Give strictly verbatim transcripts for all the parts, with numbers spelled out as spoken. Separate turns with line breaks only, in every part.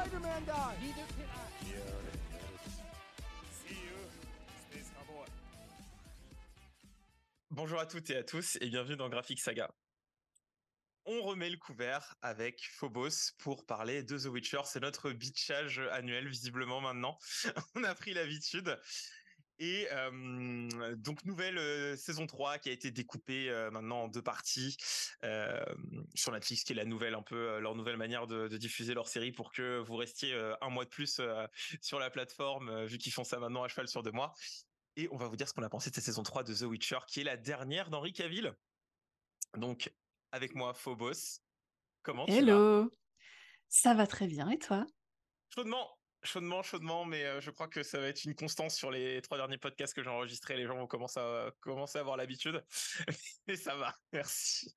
Spider-Man guy.
Neither can I.
Yeah, see you, Space Cowboy.
Bonjour à toutes et à tous et bienvenue dans Graphic Saga. On remet le couvert avec Phobos pour parler de The Witcher. C'est notre bitchage annuel visiblement maintenant. On a pris l'habitude. Et euh, donc nouvelle euh, saison trois qui a été découpée euh, maintenant en deux parties euh, sur Netflix, qui est la nouvelle un peu euh, leur nouvelle manière de, de diffuser leur série pour que vous restiez euh, un mois de plus euh, sur la plateforme euh, vu qu'ils font ça maintenant à cheval sur deux mois. Et on va vous dire ce qu'on a pensé de cette saison trois de The Witcher, qui est la dernière d'Henry Cavill. Donc, avec moi, Phobos. Comment tu vas?
Hello, ça va très bien et toi?
Chaudement, chaudement, chaudement, mais euh, je crois que ça va être une constance sur les trois derniers podcasts que j'ai enregistrés. Les gens vont commencer à, commencer à avoir l'habitude. Mais ça va, merci.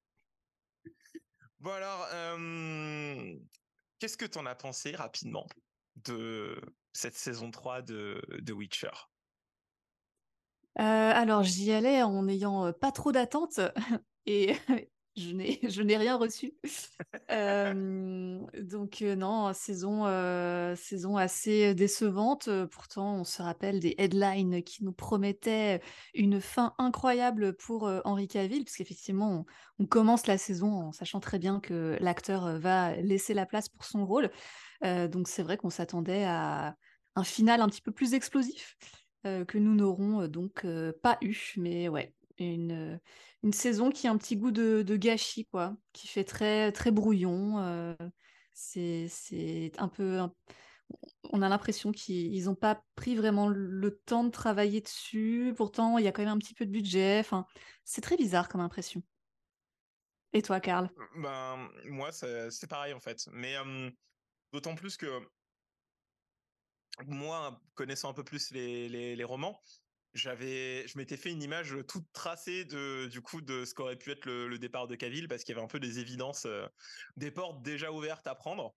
Bon alors, euh, qu'est-ce que t'en as pensé rapidement de cette saison trois de, de Witcher?
Euh, alors j'y allais en n'ayant euh, pas trop d'attentes et je n'ai je n'ai rien reçu. Euh, donc euh, non, saison euh, saison assez décevante. Euh, Pourtant, on se rappelle des headlines qui nous promettaient une fin incroyable pour euh, Henry Cavill, parce qu'effectivement, on, on commence la saison en sachant très bien que l'acteur euh, va laisser la place pour son rôle. Euh, donc c'est vrai qu'on s'attendait à un final un petit peu plus explosif euh, que nous n'aurons euh, donc euh, pas eu. Mais ouais, une, euh, une saison qui a un petit goût de, de gâchis, quoi, qui fait très, très brouillon. euh, c'est, c'est un peu... un- On a l'impression qu'ils n'ont pas pris vraiment le temps de travailler dessus. Pourtant, il y a quand même un petit peu de budget. Enfin, c'est très bizarre comme impression. Et toi, Karl?
Ben, moi, c'est c'est pareil en fait. Mais euh, d'autant plus que moi, connaissant un peu plus les, les, les romans, j'avais, je m'étais fait une image toute tracée de, du coup, de ce qu'aurait pu être le, le départ de Cavill, parce qu'il y avait un peu des évidences, euh, des portes déjà ouvertes à prendre.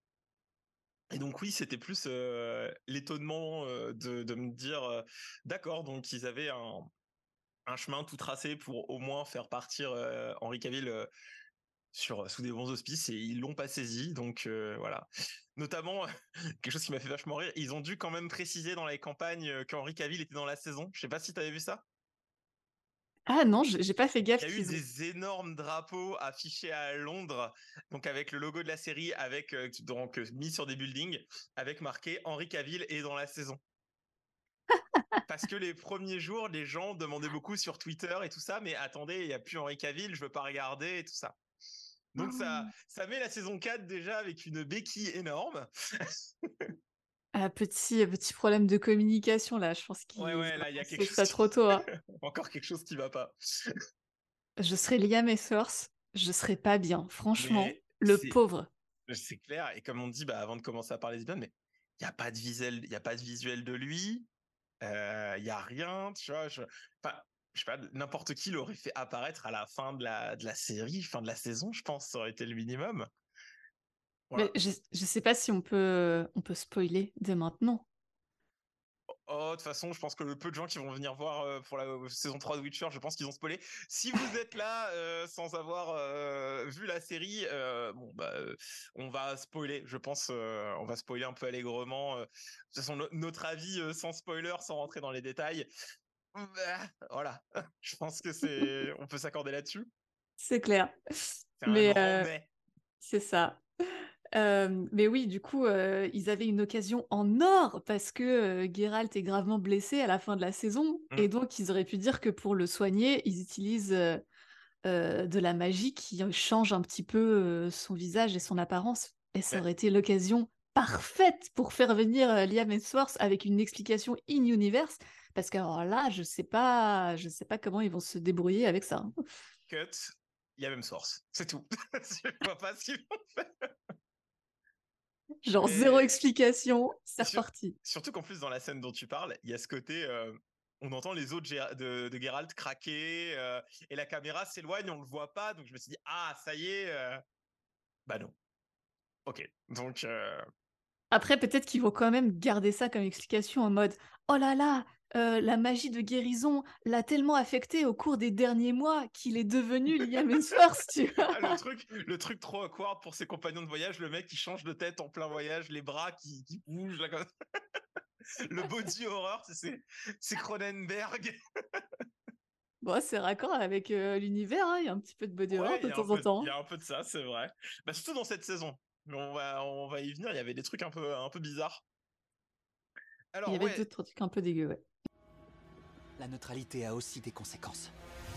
Et donc oui, c'était plus euh, l'étonnement euh, de, de me dire, euh, d'accord, donc ils avaient un, un chemin tout tracé pour au moins faire partir euh, Henry Cavill euh, sur sous des bons auspices et ils l'ont pas saisi. Donc euh, voilà. Notamment quelque chose qui m'a fait vachement rire, ils ont dû quand même préciser dans les campagnes euh, qu'Henry Cavill était dans la saison. Je sais pas si t'avais vu ça.
Ah non, j'ai j'ai pas fait
Il
gaffe
y a eu
qu'ils ont...
des énormes drapeaux affichés à Londres, donc avec le logo de la série, avec euh, donc euh, mis sur des buildings, avec marqué Henry Cavill est dans la saison. Parce que les premiers jours, les gens demandaient beaucoup sur Twitter et tout ça, mais attendez, il y a plus Henry Cavill, je veux pas regarder et tout ça. Donc ça, ça met la saison quatre déjà avec une béquille énorme.
Ah, petit, petit problème de communication là, je pense
Ouais,
qu'ils
ouais,
ont
là, il y a quelque
annoncé
chose
ça
qui...
trop tôt, hein.
Encore quelque chose qui va pas.
Je serais Liam Hemsworth, je serais pas bien. Franchement,
Mais
le
c'est,
pauvre.
c'est clair. Et comme on dit, bah, avant de commencer à parler des Bond, mais il y a pas de visuel, il y a pas de visuel de lui. Euh, Il y a rien, tu vois. Je, enfin, je sais pas, n'importe qui l'aurait fait apparaître à la fin de la, de la série, fin de la saison, je pense, ça aurait été le minimum.
Mais
Voilà.
je, je sais pas si on peut, on peut spoiler dès maintenant.
Oh, de toute façon, je pense que le peu de gens qui vont venir voir euh, pour la euh, saison trois de Witcher, je pense qu'ils ont spoilé. Si vous êtes là euh, sans avoir euh, vu la série, euh, bon bah euh, on va spoiler, je pense euh, on va spoiler un peu allègrement. euh. De toute façon, no- notre avis euh, sans spoiler, sans rentrer dans les détails. Bah, voilà, je pense que c'est on peut s'accorder là-dessus.
C'est clair.
C'est un
Mais
grand
euh,
mais.
c'est ça. Euh, mais oui, du coup, euh, ils avaient une occasion en or parce que euh, Geralt est gravement blessé à la fin de la saison.
Hmm.
Et donc, ils auraient pu dire que pour le soigner, ils utilisent euh, euh, de la magie qui change un petit peu euh, son visage et son apparence. Et ça
Mais
aurait été l'occasion parfaite pour faire venir euh, Liam Hemsworth avec une explication in-universe. Parce que alors là, je sais pas, je sais pas comment ils vont se débrouiller avec ça, hein.
cut, il y a même source, c'est tout. Je vois pas ce qu'ils vont faire.
Genre zéro
Mais
explication, c'est
Sur-
reparti.
surtout qu'en plus, dans la scène dont tu parles, il y a ce côté, euh, on entend les autres Gé- de, de Geralt craquer, euh, et la caméra s'éloigne, on le voit pas, donc je me suis dit, ah, ça y est, euh, bah non. Ok, donc, euh,
Après, peut-être qu'ils vont quand même garder ça comme explication en mode oh là là, euh, la magie de guérison l'a tellement affecté au cours des derniers mois qu'il est devenu Liam Hemsworth, tu vois.
Ah, le truc, le truc trop awkward pour ses compagnons de voyage, le mec qui change de tête en plein voyage, les bras qui, qui bougent là comme ça. Le body horror, c'est- c'est c'est Cronenberg.
Bon, c'est raccord avec euh, l'univers, hein, il y a un petit peu de body horror
Ouais, il
de
y a un
temps en
peu, il y
temps.
a un peu de ça, c'est vrai. Bah, surtout dans cette saison. Mais on va, on va y venir. Il y avait des trucs un peu, un peu bizarres.
Il y
Alors
avait
ouais,
d'autres trucs un peu dégueux, ouais.
La neutralité a aussi des conséquences.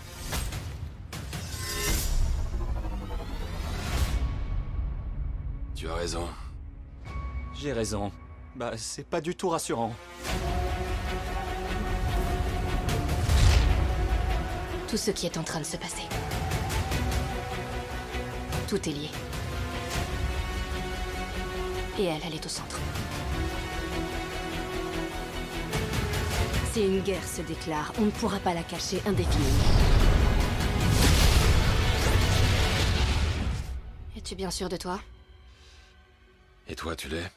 Tu as raison.
J'ai raison. Bah, c'est pas du tout rassurant.
Tout ce qui est en train de se passer. Tout est lié. Et elle, elle est au centre. Si une guerre se déclare, on ne pourra pas la cacher indéfiniment. Es-tu bien sûr de toi?
Et toi, tu l'es?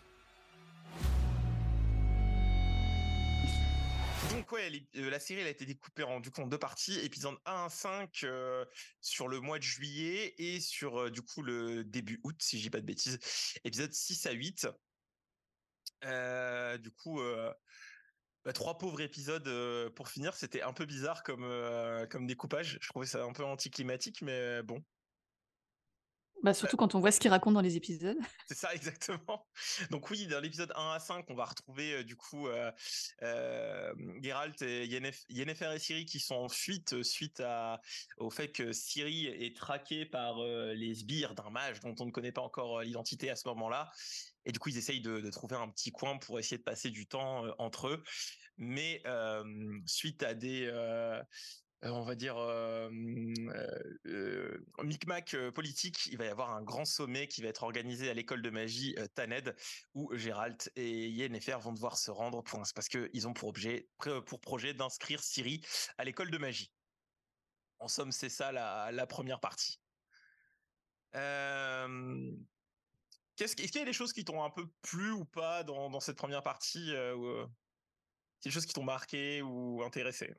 donc ouais, les- euh, la série elle a été découpée en du coup en deux parties, épisode un à cinq euh, sur le mois de juillet et sur euh, du coup le début août si je dis pas de bêtises, épisode six à huit. Euh, du coup euh, bah, trois pauvres épisodes euh, pour finir, c'était un peu bizarre comme euh, comme découpage. Je trouvais ça un peu anticlimatique, mais euh, bon.
Bah, surtout quand on voit ce qu'il raconte dans les épisodes.
C'est ça exactement. Donc oui, dans l'épisode un à cinq, on va retrouver euh, du coup euh, euh, Geralt et Yennefer, Yennefer et Ciri qui sont en fuite euh, suite à, au fait que Ciri est traquée par euh, les sbires d'un mage dont on ne connaît pas encore euh, l'identité à ce moment-là. Et du coup, ils essayent de, de trouver un petit coin pour essayer de passer du temps euh, entre eux. Mais euh, suite à des, euh, euh, on va dire euh, euh, euh, micmac euh, politique, il va y avoir un grand sommet qui va être organisé à l'école de magie euh, Thaned, où Geralt et Yennefer vont devoir se rendre pour parce que ils ont pour objet pour projet d'inscrire Ciri à l'école de magie. En somme, c'est ça la, la première partie. Euh, qu'est-ce est-ce qu'il y a des choses qui t'ont un peu plu ou pas dans, dans cette première partie euh, ou, euh, des choses qui t'ont marqué ou intéressé?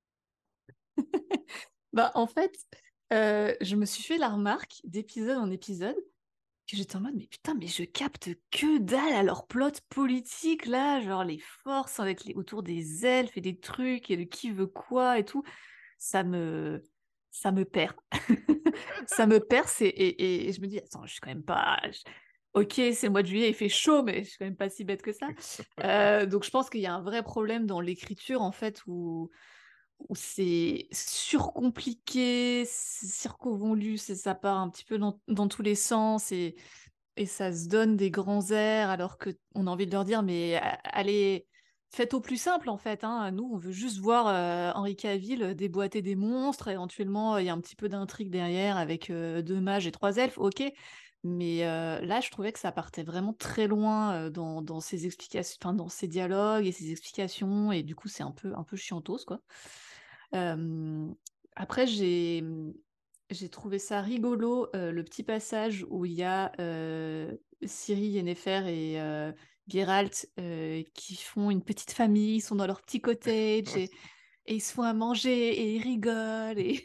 Bah, en fait, euh, je me suis fait la remarque d'épisode en épisode que j'étais en mode, mais putain, mais je capte que dalle à leur plot politique, là, genre les forces avec les, autour des elfes et des trucs et de qui veut quoi et tout. Ça me, ça me perd. Ça me perce et, et, et je me dis, attends, je suis quand même pas... je- Ok, c'est le mois de juillet, il fait chaud, mais je suis quand même pas si bête que ça. Euh, donc je pense qu'il y a un vrai problème dans l'écriture, en fait, où où c'est surcompliqué, c'est circonvolu, c'est- ça part un petit peu dans, dans tous les sens et, et ça se donne des grands airs alors que on a envie de leur dire mais a- allez, faites au plus simple en fait, hein. Nous, on veut juste voir euh, Henri Cavill déboîter des monstres, éventuellement il y a un petit peu d'intrigue derrière avec euh, deux mages et trois elfes, ok. Mais euh, là, je trouvais que ça partait vraiment très loin euh, dans, dans ses explications, enfin, dans ses dialogues et ses explications, et du coup, c'est un peu, un peu chiantos, quoi. Euh, Après, j'ai j'ai trouvé ça rigolo, euh, le petit passage où il y a euh, Ciri, Yennefer et euh, Geralt euh, qui font une petite famille, ils sont dans leur petit cottage et, et ils se font à manger et ils rigolent et,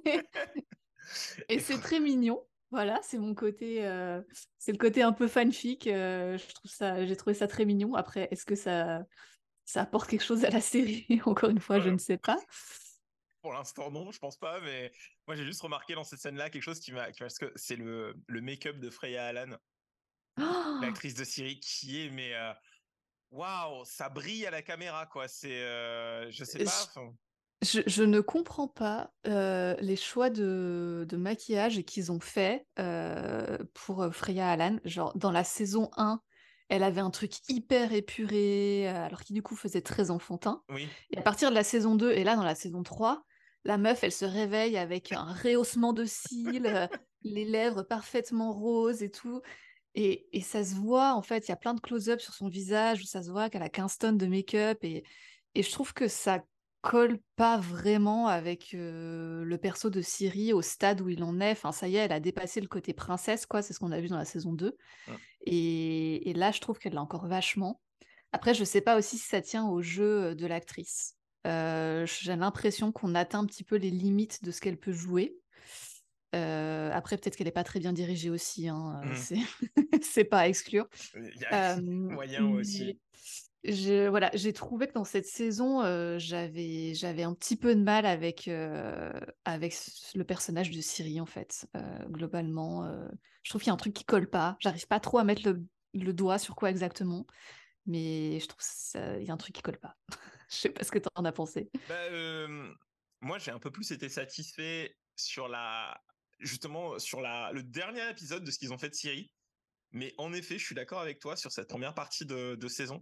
et c'est très mignon. Voilà, c'est mon côté, euh, c'est le côté un peu fanfic. Euh, je trouve ça, j'ai trouvé ça très mignon. Après, est-ce que ça, ça apporte quelque chose à la série? Encore une fois, je
Voilà.
ne sais pas.
Pour l'instant, non, je pense pas, mais moi j'ai juste remarqué dans cette scène-là quelque chose qui m'a, qui m'a- parce que c'est le, le make-up de Freya Allan,
Oh,
l'actrice de Siri, qui est, mais euh, waouh, ça brille à la caméra, quoi. C'est, euh, je sais pas.
je,
enfin,
je- je ne comprends pas euh, les choix de, de maquillage qu'ils ont fait euh, pour euh, Freya Allan. Genre, dans la saison un, elle avait un truc hyper épuré, euh, alors qui du coup faisait très enfantin.
Oui,
Et à partir de la saison deux, et là dans la saison trois, la meuf, elle se réveille avec un rehaussement de cils, euh, les lèvres parfaitement roses et tout. Et, et ça se voit, en fait, il y a plein de close-up sur son visage où ça se voit qu'elle a quinze tonnes de make-up. Et, et je trouve que ça colle pas vraiment avec euh, le perso de Ciri au stade où il en est. Enfin, ça y est, elle a dépassé le côté princesse, quoi. C'est ce qu'on a vu dans la saison deux.
Mm.
Et, et là, je trouve qu'elle l'a encore vachement. Après, je sais pas aussi si ça tient au jeu de l'actrice. Euh, j'ai l'impression qu'on atteint un petit peu les limites de ce qu'elle peut jouer. Euh, après, peut-être qu'elle n'est pas très bien dirigée aussi, hein, euh,
Mm.
c'est... c'est pas à exclure.
Il y a
Euh,
moyen aussi.
mais je, voilà, j'ai trouvé que dans cette saison, euh, j'avais, j'avais un petit peu de mal avec, euh, avec s- le personnage de Ciri, en fait. Euh, globalement, euh, je trouve qu'il y a un truc qui colle pas. J'arrive pas trop à mettre le, le doigt sur quoi exactement, mais je trouve qu'il y a un truc qui colle pas. Je sais pas ce que tu en as pensé.
Bah, euh, moi, j'ai un peu plus été satisfait sur la, justement, sur la, le dernier épisode de ce qu'ils ont fait de Siri. Mais en effet, je suis d'accord avec toi sur cette première partie de, de saison.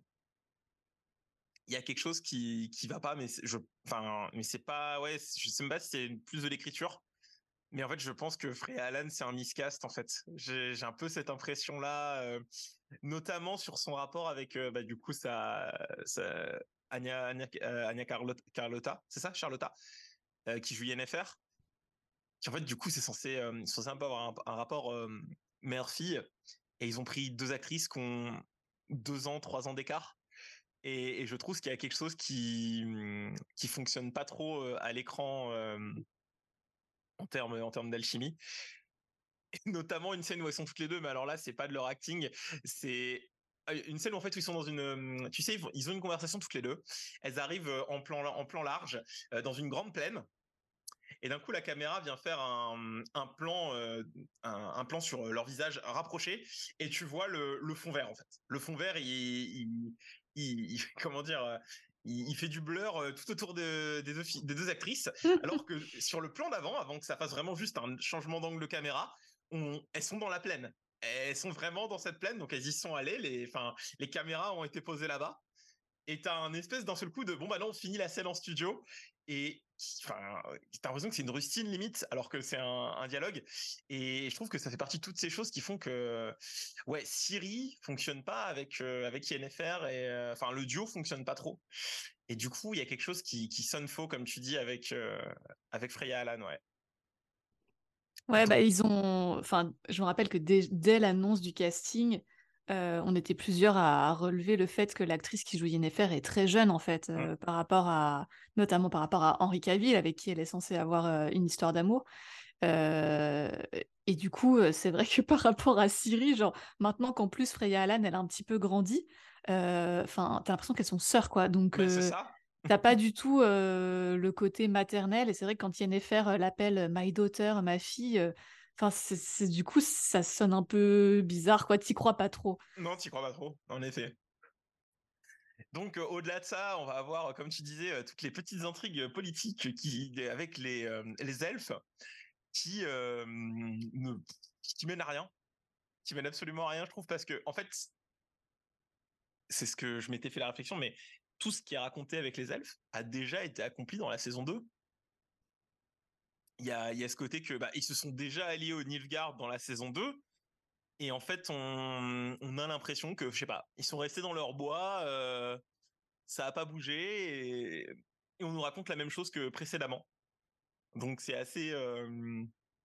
Il y a quelque chose qui, qui va pas, mais c'est- je, enfin, mais c'est pas, ouais, je sais même pas si c'est plus de l'écriture. Mais en fait, je pense que Freya Allan, c'est un miscast, en fait. J'ai, j'ai un peu cette impression-là, euh, notamment sur son rapport avec, euh, bah, du coup, sa, sa Anya, Anya, euh, Anya Carlota, Carlota, c'est ça, Charlotta, euh, qui joue Yennefer. Qui, en fait, du coup, c'est censé, euh, c'est censé un peu avoir un, un rapport euh, mère-fille. Et ils ont pris deux actrices qui ont deux ans, trois ans d'écart. Et, et je trouve qu'il y a quelque chose qui, hum, qui fonctionne pas trop euh, à l'écran euh, en termes, en termes d'alchimie. Notamment une scène où elles sont toutes les deux, mais alors là, c'est pas de leur acting, c'est euh, une scène où en fait où ils sont dans une, euh, tu sais, ils, vont- ils ont une conversation toutes les deux. Elles arrivent euh, en plan, en plan large euh, dans une grande plaine, et d'un coup la caméra vient faire un, un plan, euh, un, un plan sur leur visage rapproché, et tu vois le, le fond vert en fait. Le fond vert, il, il, il- il- comment dire. euh, il, il fait du blur euh, tout autour de- des, deux, fi- des deux actrices, alors que sur le plan d'avant, avant que ça fasse vraiment juste un changement d'angle de caméra, on, elles sont dans la plaine. Elles sont vraiment dans cette plaine, donc elles y sont allées. Les, enfin, les caméras ont été posées là-bas. Et t'as un espèce d'un seul coup de bon bah non, on finit la scène en studio et enfin t'as l'impression que c'est une rustine limite alors que c'est un, un dialogue. Et je trouve que ça fait partie de toutes ces choses qui font que ouais, Siri fonctionne pas avec euh, avec Yennefer et euh, enfin le duo fonctionne pas trop. Et du coup il y a quelque chose qui, qui sonne faux comme tu dis avec euh, avec Freya Allan, ouais.
Ouais, bah, ils ont. Enfin, je me rappelle que dès, dès l'annonce du casting, euh, on était plusieurs à, à relever le fait que l'actrice qui joue Yennefer est très jeune, en fait,
Mm.
euh, par rapport à. Notamment par rapport à Henry Cavill, avec qui elle est censée avoir euh, une histoire d'amour. Euh, et du coup, euh, c'est vrai que par rapport à Ciri, genre, maintenant qu'en plus Freya Allan, elle a un petit peu grandi, euh, enfin, t'as l'impression qu'elles sont sœurs, quoi. Donc.
Ben c'est
euh,
ça.
T'as pas du tout euh, le côté maternel, et c'est vrai que quand Yennefer euh, l'appelle my daughter, ma fille, euh, enfin c'est c'est- du coup ça sonne un peu bizarre, quoi. T'y crois pas trop.
Non, t'y crois pas trop, en effet. Donc, euh, au-delà de ça, on va avoir, euh, comme tu disais, euh, toutes les petites intrigues politiques qui, avec les, euh, les elfes qui, euh, ne, qui mènent à rien, qui mènent absolument à rien, je trouve, parce que, en fait, c'est ce que je m'étais fait la réflexion, mais tout ce qui est raconté avec les elfes a déjà été accompli dans la saison deux. Il y a, il y a ce côté que, bah, ils se sont déjà alliés au Nilfgaard dans la saison deux. Et en fait, on, on a l'impression que, je sais pas, ils sont restés dans leur bois, euh, ça a pas bougé, et, et on nous raconte la même chose que précédemment. Donc c'est assez, euh,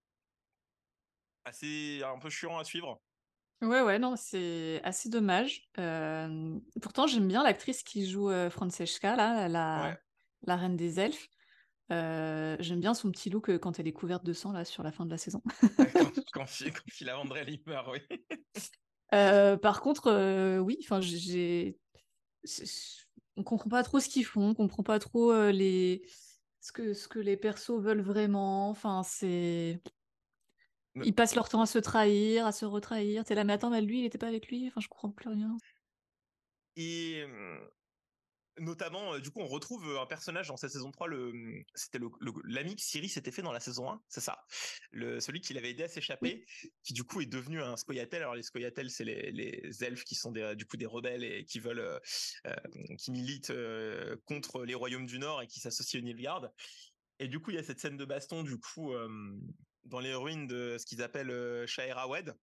assez un peu chiant à suivre.
Ouais, ouais, non, c'est assez dommage. Euh, Pourtant, j'aime bien l'actrice qui joue euh, Francesca, là,
Ouais,
la, la reine des elfes. Euh, j'aime bien son petit look euh, quand elle est couverte de sang, là, sur la fin de la saison.
quand, quand, quand il a André meurt, oui.
Euh, par contre, euh, oui, enfin, j'ai c'est- on comprend pas trop ce qu'ils font, on comprend pas trop euh, les ce que ce que les persos veulent vraiment. Enfin, c'est ils passent leur temps à se trahir, à se retrahir. T'es là, mais attends, mais lui, il était pas avec lui. Enfin, je comprends plus rien.
Et euh, notamment, euh, du coup, on retrouve euh, un personnage dans cette saison trois, le, c'était le, le- l'ami que Ciri s'était fait dans la saison un, c'est ça. Le, celui qui l'avait aidé à
Oui.
s'échapper, qui du coup est devenu un Scoia'tael. Alors les Scoia'tael, c'est les, les elfes qui sont des, du coup des rebelles et qui veulent, euh, euh, qui militent euh, contre les royaumes du Nord et qui s'associent au Nilfgaard. Et du coup, il y a cette scène de baston, du coup, euh, dans les ruines de ce qu'ils appellent euh, Shahar Awed.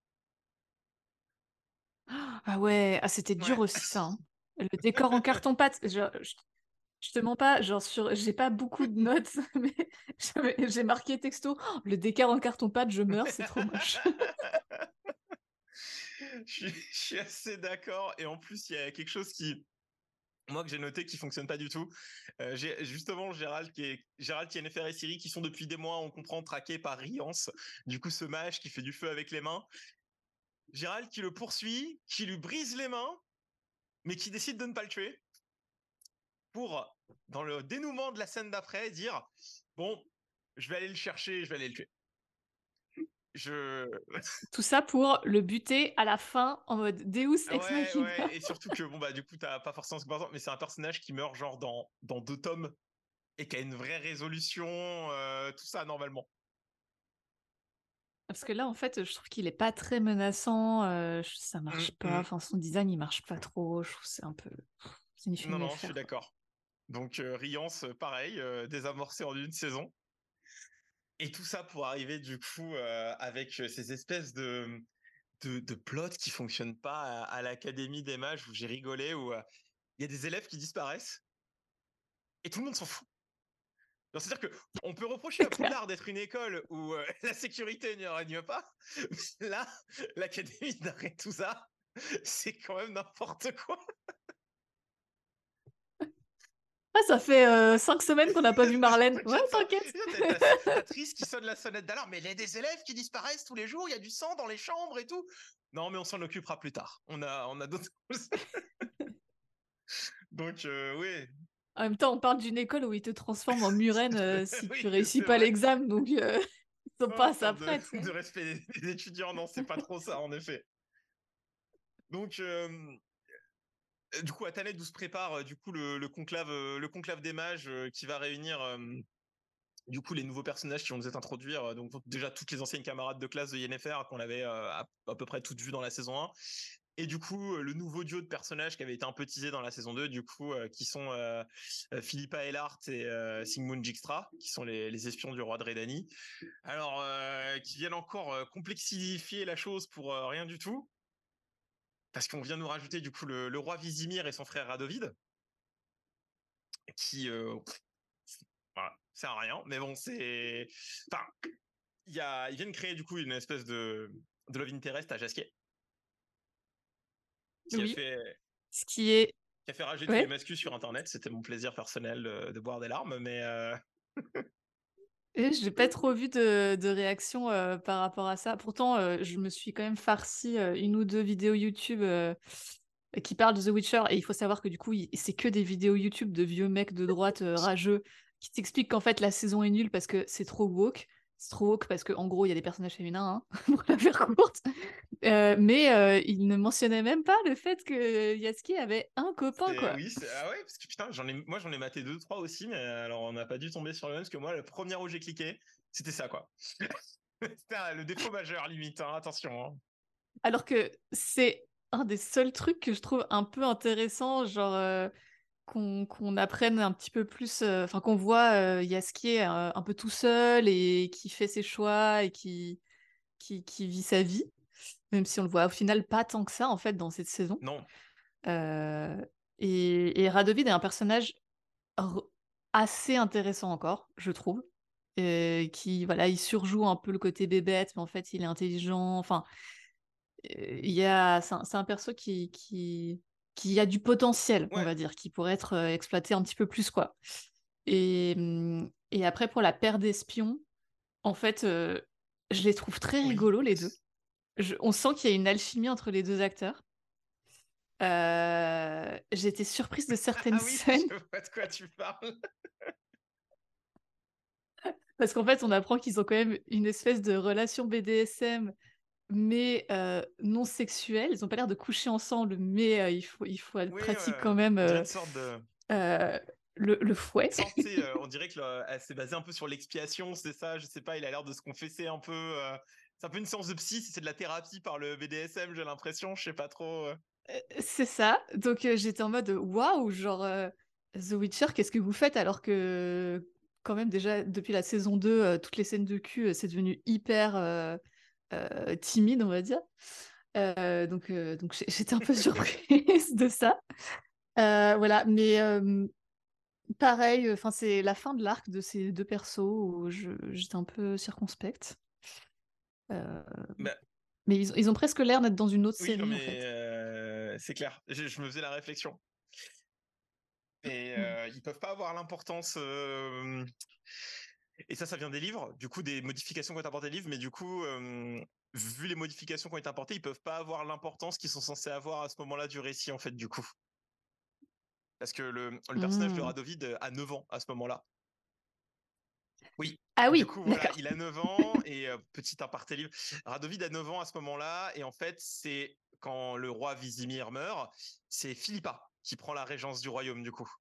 Ah ouais, ah, c'était dur
Ouais.
aussi ça, hein. Le décor en carton-pâte. Je, je, je te mens pas, genre sur, j'ai pas beaucoup de notes, mais j'avais- j'ai marqué texto. Oh, le décor en carton-pâte, je meurs, c'est trop moche.
je, suis, je suis assez d'accord. Et en plus, il y a quelque chose qui, moi que j'ai noté qui fonctionne pas du tout. Euh, j'ai justement Gérald qui est Gérald, Yennefer et Ciri qui sont depuis des mois, on comprend, traqués par Riance. Du coup, ce mage qui fait du feu avec les mains. Gérald qui le poursuit, qui lui brise les mains, mais qui décide de ne pas le tuer. Pour, dans le dénouement de la scène d'après, dire bon, je vais aller le chercher, je vais aller le tuer. Je
Tout ça pour le buter à la fin en mode Deus
Ah
ex
ouais,
machina.
ouais, et surtout que bon bah du coup t'as pas forcément ce que mais c'est un personnage qui meurt genre dans dans deux tomes et qui a une vraie résolution, euh, tout ça normalement.
Parce que là, en fait, je trouve qu'il est pas très menaçant, euh, je- ça marche
Mm,
pas.
mm.
Enfin, son design, il marche pas trop. Je trouve que c'est un peu. C'est ni fait
Non
ni à
non, je suis
faire, quoi.
d'accord. Donc euh, Riance, pareil, euh, désamorcé en une saison. Et tout ça pour arriver du coup euh, avec euh, ces espèces de de, de plots qui fonctionnent pas à, à l'Académie des Mages où j'ai rigolé, où euh, il y a des élèves qui disparaissent et tout le monde s'en fout. Donc, c'est-à-dire que on peut reprocher
C'est
à
clair.
Poudlard d'être une école où euh, la sécurité n'y règne pas. Mais là, l'Académie d'Aretusa, c'est quand même n'importe quoi.
Ah, ça fait euh, cinq semaines qu'on n'a pas vu Marlène. Ouais,
T'inquiète pas.
t'inquiète.
T'as, t'as, t'as Triss qui sonne la sonnette d'alarme, mais il y a des élèves qui disparaissent tous les jours, il y a du sang dans les chambres et tout. Non, mais on s'en occupera plus tard. On a, on a d'autres choses. Donc, euh, oui.
En même temps, on parle d'une école où ils te transforment en murène euh, si tu
Oui,
réussis
c'est
pas
vrai.
l'examen, donc euh, ils sont
Oh,
pas
en
à ça
termes
près.
de, de respect des, des étudiants, non, c'est pas trop ça, en effet. Donc, euh, du coup, Athaned où se prépare euh, du coup le, le conclave, euh, le conclave des mages euh, qui va réunir euh, du coup les nouveaux personnages qui vont nous être introduits. euh, donc déjà toutes les anciennes camarades de classe de Yennefer qu'on avait euh, à, à peu près toutes vues dans la saison un. Et du coup, euh, le nouveau duo de personnages qui avait été un peu teasé dans la saison deux, du coup, euh, qui sont euh, euh, Philippa Eilhart et euh, Sigmund Dijkstra, qui sont les, les espions du roi de Redani. Alors, euh, qui viennent encore euh, complexifier la chose pour euh, rien du tout. Parce qu'on vient nous rajouter du coup le, le roi Vizimir et son frère Radovid, qui euh, voilà, sert à rien. Mais bon, c'est, enfin, il y a, ils viennent créer du coup une espèce de de love interest à Jasquier, qui a
Oui,
fait
ce qui est.
qui a fait rager tous les
Ouais.
mascus sur Internet. C'était mon plaisir personnel de, de boire des larmes, mais euh...
Et j'ai pas trop vu de, de réaction euh, par rapport à ça. Pourtant, euh, je me suis quand même farci euh, une ou deux vidéos YouTube euh, qui parlent de The Witcher. Et il faut savoir que du coup, il- c'est que des vidéos YouTube de vieux mecs de droite euh, rageux qui t'expliquent qu'en fait la saison est nulle parce que c'est trop woke. C'est trop woke parce qu'en gros, il y a des personnages féminins, hein, pour la faire courte. Euh, mais euh, il ne mentionnait même pas le fait que Yasuki avait un copain,
c'est
quoi.
oui, c'est ah ouais, parce que putain, j'en ai, moi j'en ai maté deux trois aussi, mais alors on n'a pas dû tomber sur le même parce que moi, la première où j'ai cliqué, c'était ça quoi. C'était ah, le défaut majeur limite, hein, attention. Hein.
Alors que c'est un des seuls trucs que je trouve un peu intéressant, genre euh, qu'on qu'on apprenne un petit peu plus, euh, enfin qu'on voit euh, Yasuke euh, un peu tout seul et qui fait ses choix et qui, qui, qui vit sa vie, même si on le voit au final pas tant que ça en fait dans cette saison.
Non,
Euh, et, et Radovid est un personnage r- assez intéressant encore, je trouve. Euh, qui voilà, il surjoue un peu le côté bébête, mais en fait il est intelligent. Enfin, euh, il y a, c'est un, c'est un perso qui, qui, qui a du potentiel, on
ouais,
va dire, qui pourrait être euh, exploité un petit peu plus, quoi. Et, hum, et après, pour la paire d'espions, en fait, euh, je les trouve très
oui.
rigolos, les deux. Je- on sent qu'il y a une alchimie entre les deux acteurs. Euh, j'ai été surprise de certaines
Ah oui,
scènes,
je vois de quoi tu parles.
parce qu'en fait, on apprend qu'ils ont quand même une espèce de relation B D S M, mais euh, non sexuelle. Ils ont pas l'air de coucher ensemble, mais euh, il faut, il faut être
Oui,
pratique
euh,
quand même.
on dirait
euh,
une sorte de
euh, le, le fouet.
sorte, tu sais, euh, on dirait que le- elle s'est basée un peu sur l'expiation, c'est ça, je sais pas, il a l'air de se confesser un peu. euh, C'est un peu une séance de psy, c'est de la thérapie par le B D S M, j'ai l'impression, je sais pas trop. euh.
C'est ça. Donc euh, j'étais en mode waouh, genre euh, The Witcher, qu'est-ce que vous faites alors que quand même déjà depuis la saison deux, euh, toutes les scènes de cul, euh, c'est devenu hyper euh, euh, timide, on va dire. Euh, donc euh, donc j'ai- j'étais un peu surprise de ça. Euh, voilà, mais euh, pareil, enfin c'est la fin de l'arc de ces deux persos où je- j'étais un peu circonspecte. Euh,
Bah,
mais ils, ils ont presque l'air d'être dans une autre
oui, non
série en
mais
fait.
euh, c'est clair, je, je me faisais la réflexion. Et euh, ils peuvent pas avoir l'importance. euh, Et ça, ça vient des livres. Du coup, des modifications qui ont été apportées des livres, mais du coup, euh, vu les modifications qui ont été apportées, ils peuvent pas avoir l'importance qu'ils sont censés avoir à ce moment-là du récit, en fait, du coup. Parce que le, le personnage de
Hmm.
Radovid a neuf ans à ce moment-là. Oui.
Ah
Du
oui,
coup, voilà,
d'accord.
il a neuf ans et euh, petit aparté livre. Radovid a neuf ans à ce moment-là et en fait, c'est quand le roi Vizimir meurt, c'est Philippa qui prend la régence du royaume du coup.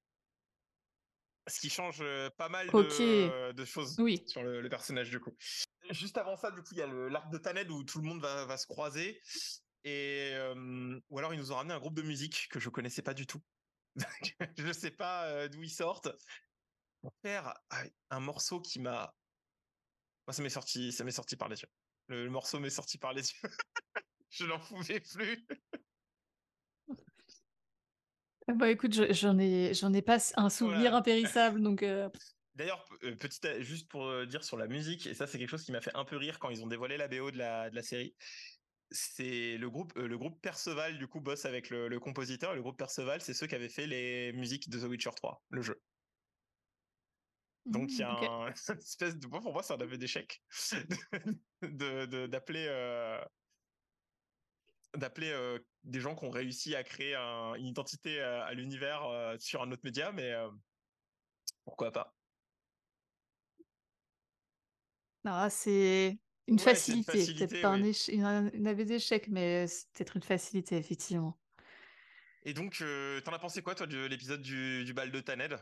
Ce qui change euh, pas mal
Ok,
de, de choses
oui.
sur le, le personnage du coup. Juste avant ça, du coup, il y a le- l'arc de Taned où tout le monde va, va se croiser et euh, ou alors ils nous ont ramené un groupe de musique que je connaissais pas du tout. Je sais pas euh, d'où ils sortent. Mon père a un morceau qui m'a Moi, ça m'est sorti, ça m'est sorti par les yeux. Le, le morceau m'est sorti par les yeux. Je n'en pouvais plus.
Ah bah écoute, je- j'en ai, j'en ai pas un souvenir
Voilà.
impérissable, donc euh,
D'ailleurs, euh, petit, à- juste pour euh, dire sur la musique, et ça, c'est quelque chose qui m'a fait un peu rire quand ils ont dévoilé la B O de la, de la série. C'est le groupe, euh, le groupe Perceval, du coup, bosse avec le, le compositeur. Et le groupe Perceval, c'est ceux qui avaient fait les musiques de The Witcher trois, le jeu. Donc, il y
hmm,
a
ok.
un une espèce de. Moi, pour moi, c'est un aveu d'échec de, de- d'appeler. euh, d'appeler euh, des gens qui ont réussi à créer un- une identité à, à l'univers euh, sur un autre média, mais euh, pourquoi pas.
Non, c'est une
Ouais, c'est une
facilité, peut-être
facilité,
pas un,
oui.
éche- une, une aveu d'échec, mais c'est peut-être une facilité, effectivement.
Et donc, euh, t'en as pensé quoi, toi, de l'épisode du, du bal de Taned?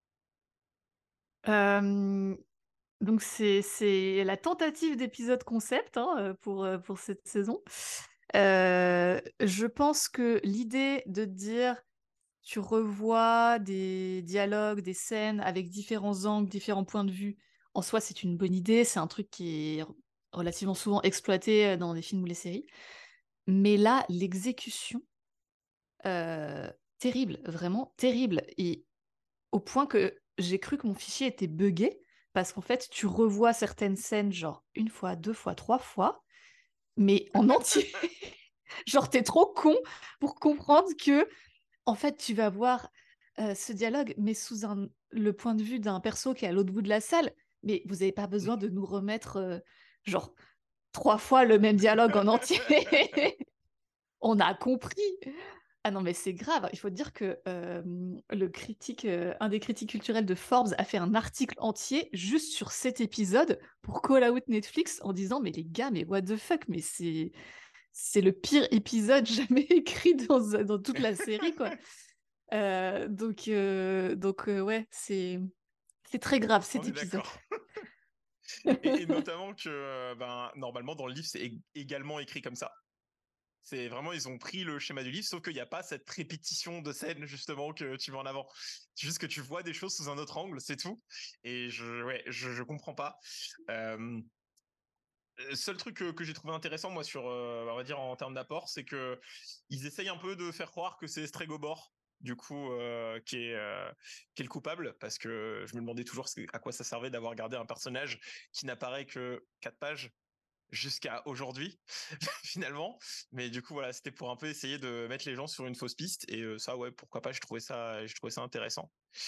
Euh, donc c'est c'est la tentative d'épisode concept hein, euh, pour, euh, pour cette saison. Euh, je pense que l'idée de dire tu revois des dialogues, des scènes avec différents angles, différents points de vue, en soi c'est une bonne idée, c'est un truc qui est relativement souvent exploité euh, dans les films ou les séries. Mais là, l'exécution, euh, terrible, vraiment terrible. Et au point que j'ai cru que mon fichier était buggé, parce qu'en fait, tu revois certaines scènes, genre une fois, deux fois, trois fois, mais en entier. Genre, t'es trop con pour comprendre que, en fait, tu vas voir euh, ce dialogue, mais sous un, le point de vue d'un perso qui est à l'autre bout de la salle. Mais vous n'avez pas besoin de nous remettre, euh, genre, trois fois le même dialogue en entier. On a compris. Ah non, mais c'est grave. Il faut dire que euh, le critique, euh, un des critiques culturels de Forbes a fait un article entier juste sur cet épisode pour call out Netflix en disant mais les gars, mais what the fuck, mais c'est c'est le pire épisode jamais écrit dans, dans toute la série, quoi. Euh, donc euh, donc euh, ouais, c'est c'est très grave
On
cet
est
épisode.
d'accord. Et, et notamment que, euh, ben, normalement, dans le livre, c'est ég- également écrit comme ça. C'est vraiment, ils ont pris le schéma du livre, sauf qu'il n'y a pas cette répétition de scènes, justement, que tu mets en avant. C'est juste que tu vois des choses sous un autre angle, c'est tout. Et je, ouais, je, je comprends pas. Euh, Le seul truc que, que j'ai trouvé intéressant, moi, sur, euh, on va dire, en termes d'apport, c'est que ils essayent un peu de faire croire que c'est Stregobor, du coup, euh, qui est, euh, qui est le coupable, parce que je me demandais toujours ce- à quoi ça servait d'avoir gardé un personnage qui n'apparaît que quatre pages jusqu'à aujourd'hui, finalement. Mais du coup, voilà, c'était pour un peu essayer de mettre les gens sur une fausse piste, et euh, ça, ouais, pourquoi pas, je trouvais ça, je trouvais ça intéressant.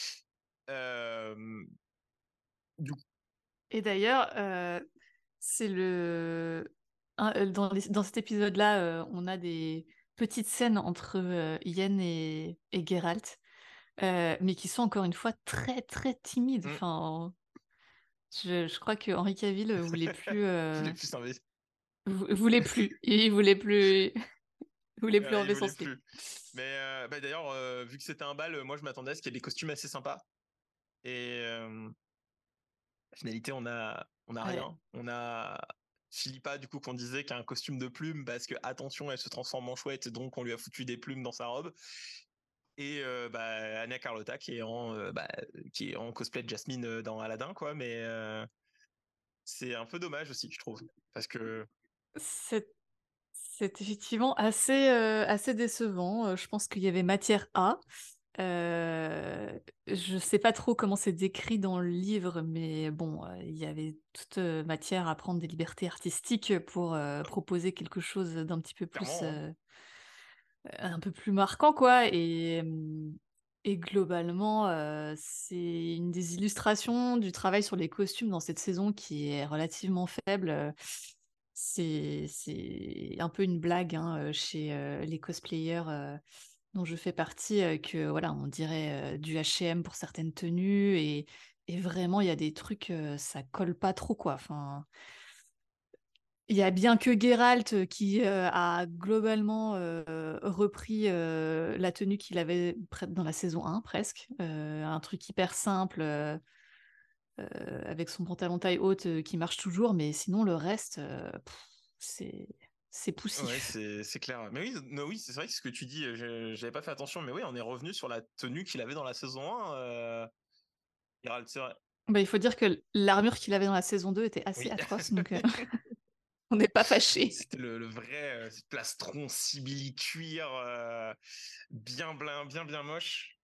Euh, du coup,
Et d'ailleurs, euh, c'est le un- euh, dans, les- dans cet épisode-là, euh, on a des petites scènes entre euh, Yen et, et Geralt, euh, mais qui sont encore une fois très très timides.
hmm,
Enfin, je, je crois que Henri Cavill euh, voulait plus,
je
euh,
l'ai plus investi.
vou- voulait plus, il voulait plus, il voulait plus
Voilà, il
enlever son
voulait
slip.
plus. Mais euh, bah, d'ailleurs, euh, vu que c'était un bal, euh, moi je m'attendais à ce qu'il y ait des costumes assez sympas. Et euh, en finalité, on a, on a
Ouais.
rien. On a Philippa, du coup, qu'on disait, qui a un costume de plume parce que, attention, elle se transforme en chouette, donc on lui a foutu des plumes dans sa robe. Et euh, bah, Anya Carlotta qui est en, euh, bah, qui est en cosplay de Jasmine euh, dans Aladdin, quoi. Mais euh, c'est un peu dommage aussi, je trouve. Parce que,
C'est c'est effectivement assez, euh, assez décevant. Euh, Je pense qu'il y avait matière à. Euh, je sais pas trop comment c'est décrit dans le livre, mais bon, euh, il y avait toute euh, matière à prendre des libertés artistiques pour euh, proposer quelque chose d'un petit peu plus,
clairement, hein,
euh, un peu plus marquant, quoi. Et, hum, et globalement, heu, c'est une des illustrations du travail sur les costumes dans cette saison qui est relativement faible, heu, c'est c'est un peu une blague, hein, heu, chez, heu, les cosplayers, heu, dont je fais partie, heu, que voilà, on dirait, heu, du H et M pour certaines tenues et et vraiment il y a des trucs, heu, ça colle pas trop, quoi. Enfin, il y a bien que Geralt, heu, qui, heu, a globalement, heu, repris, heu, la tenue qu'il avait près dans la saison un presque, heu, un truc hyper simple, heu heu, avec son pantalon taille haute, heu, qui marche toujours, mais sinon le reste, heu, c'est c'est
Ouais,
poussif.
c'est c'est clair. Mais oui, non, oui, c'est vrai que ce que tu dis, euh, je- j'avais pas fait attention, mais oui, on est revenu sur la tenue qu'il avait dans la saison un. Euh, Geralt, c'est vrai.
Bah, il faut dire que l'armure qu'il avait dans la saison deux était assez
Oui.
atroce, donc heu, on n'est pas fâchés.
C'était le, le vrai euh, plastron simili cuir euh, bien blin, bien bien moche.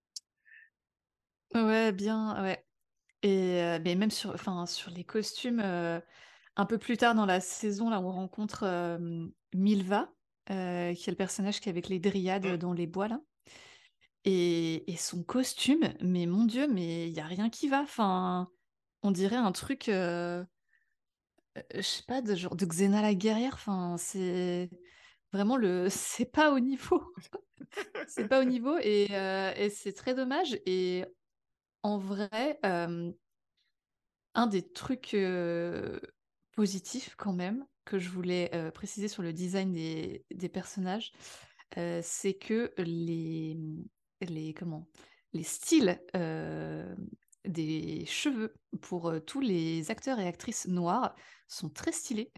Ouais, bien, ouais et heu, mais même sur enfin, sur les costumes, heu, un peu plus tard dans la saison, là, on rencontre, hem, Milva, heu, qui est le personnage qui est avec les dryades,
Mm.
dans les bois, là et et son costume, mais mon Dieu, mais il y a rien qui va. Enfin, on dirait un truc, heu heu, je sais pas, de genre de Xena la guerrière, enfin, c'est vraiment le c'est pas au niveau. C'est pas au niveau et heu et c'est très dommage et en vrai, hem, un des trucs, heu, positifs quand même, que je voulais, heu, préciser sur le design des des personnages, heu, c'est que les, mmh, les comment? Les styles, hem, des cheveux pour, heu, tous les acteurs et actrices noirs sont très stylés.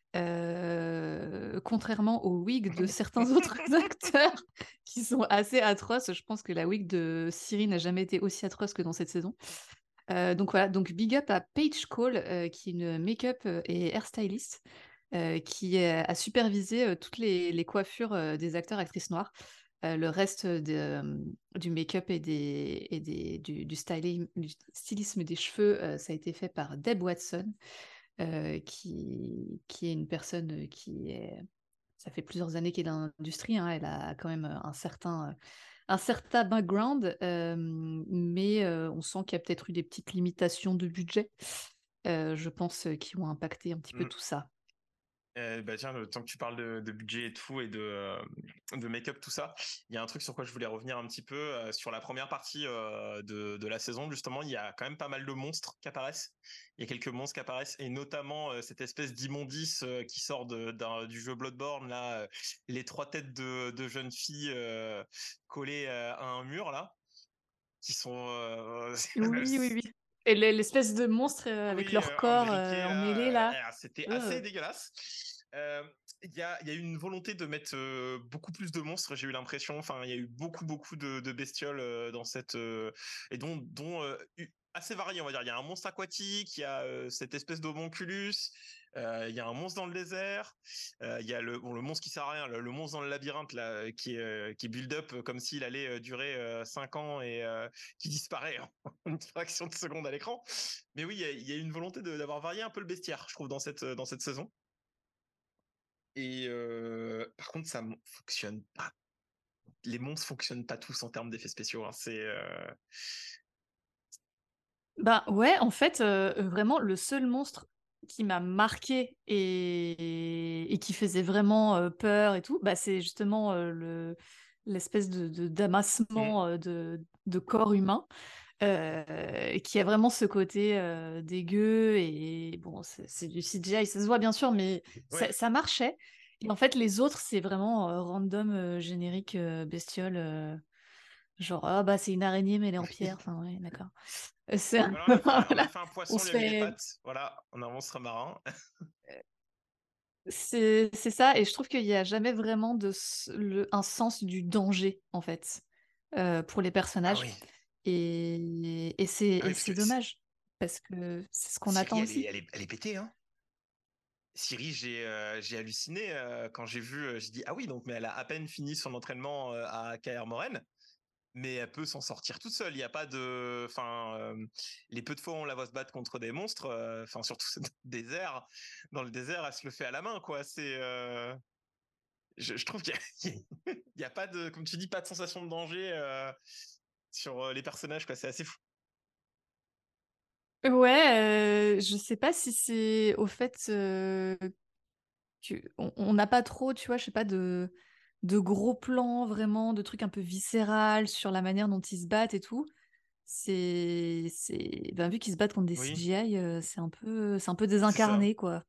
Heu, contrairement aux wigs de certains autres acteurs qui sont assez atroces. Je pense que la wig de Ciri n'a jamais été aussi atroce que dans cette saison. Heu, donc voilà, donc big up à Paige Cole, heu, qui est une make-up, heu, et hairstylist, heu, qui, heu, a supervisé, heu, toutes les les coiffures, heu, des acteurs, actrices noirs. Heu, le reste de, hem, du make-up et des et des du du styling du stylisme des cheveux, heu, ça a été fait par Deb Watson, heu, qui qui est une personne, heu, qui est ça fait plusieurs années qu'elle est dans l'industrie, hein. Elle a quand même, heu, un certain, heu, un certain background, hem, mais heu, on sent qu'il y a peut-être eu des petites limitations de budget, heu, je pense, heu, qui ont impacté un petit peu
Mm.
tout ça.
Euh, bah tiens, le temps que tu parles de, de budget et tout et de, euh, de make-up, tout ça, il y a un truc sur quoi je voulais revenir un petit peu. Euh, sur la première partie euh, de, de la saison, justement, il y a quand même pas mal de monstres qui apparaissent. Il y a quelques monstres qui apparaissent et notamment euh, cette espèce d'immondice euh, qui sort de, d'un- du jeu Bloodborne, là, euh, les trois têtes de, de jeunes filles euh, collées euh, à un mur, là, qui sont... euh,
Oui, oui, oui et l'e l'espèce de monstre, heu, avec
Oui,
leur
euh,
corps, heu,
imbriqué
emmêlé
là,
là.
euh, ah, c'était assez
Heu,
dégueulasse. Euh, Il y a, il y a eu une volonté de mettre euh, beaucoup plus de monstres, j'ai eu l'impression. Enfin, il y a eu beaucoup, beaucoup de, de bestioles euh, dans cette euh, et dont, dont euh, u- assez variées, on va dire. Il y a un monstre aquatique, il y a euh, cette espèce d'homonculus, euh, il y a un monstre dans le désert, euh, il y a le, bon, le monstre qui sert à rien, le, le monstre dans le labyrinthe là, euh, qui est euh, qui est build up comme s'il allait euh, durer euh, cinq ans et euh, qui disparaît en une fraction de seconde à l'écran. Mais oui, il y a, il y a une volonté de- d'avoir varié un peu le bestiaire, je trouve, dans cette, dans cette saison. Et euh, par contre, ça m- fonctionne pas. Les monstres fonctionnent pas tous en termes d'effets spéciaux, hein. C'est euh,
bah, ouais, en fait, heu, vraiment le seul monstre qui m'a marqué et et qui faisait vraiment, heu, peur et tout, bah, c'est justement, heu, le l'espèce de de
mm,
d'amassement, heu, de de corps humain. Heu, qui a vraiment ce côté, heu, dégueu et bon, c'est c'est du C G I, ça se voit bien sûr, mais ça
ouais.
ça marchait et en fait, les autres, c'est vraiment, heu, random, heu, générique, heu, bestiole, heu, genre: «Ah bah, c'est une araignée, mais elle est en pierre». Enfin, ouais, d'accord. Heu, c'est un
Voilà, on a fait un, on a
voilà,
fait un
on
poisson,
se
lui a mis des
fait
pattes. Voilà, on a un monstre marin.
c'est c'est ça et je trouve qu'il y a jamais vraiment de s le un sens du danger, en fait, heu, pour les
Ah
personnages
oui.
et et c'est
Ah
et
oui, parce
c'est
que C-
dommage parce que c'est ce qu'on
Siri,
attend
elle est,
aussi.
elle est, elle est pétée, hein. Siri, j'ai euh, j'ai halluciné euh, quand j'ai vu, euh, j'ai dit, ah oui, donc mais elle a à peine fini son entraînement euh, à K R Moren. Mais elle peut s'en sortir toute seule. Il n'y a pas de, enfin, euh, les peu de fois où on la voit se battre contre des monstres, euh, enfin surtout dans le désert, dans le désert, elle se le fait à la main, quoi. C'est, euh, je, je trouve qu'il y a, il y a pas de, comme tu dis, pas de sensation de danger. euh, sur euh, les personnages, quoi. C'est assez fou.
Ouais, euh, je sais pas si c'est au fait euh, que on on n'a pas trop, tu vois, je sais pas, de, de gros plans vraiment, de trucs un peu viscéral sur la manière dont ils se battent et tout. C'est, c'est, ben, vu qu'ils se battent contre des
Oui,
C G I, euh, c'est un peu, c'est un peu
c'est ça.
désincarné, quoi.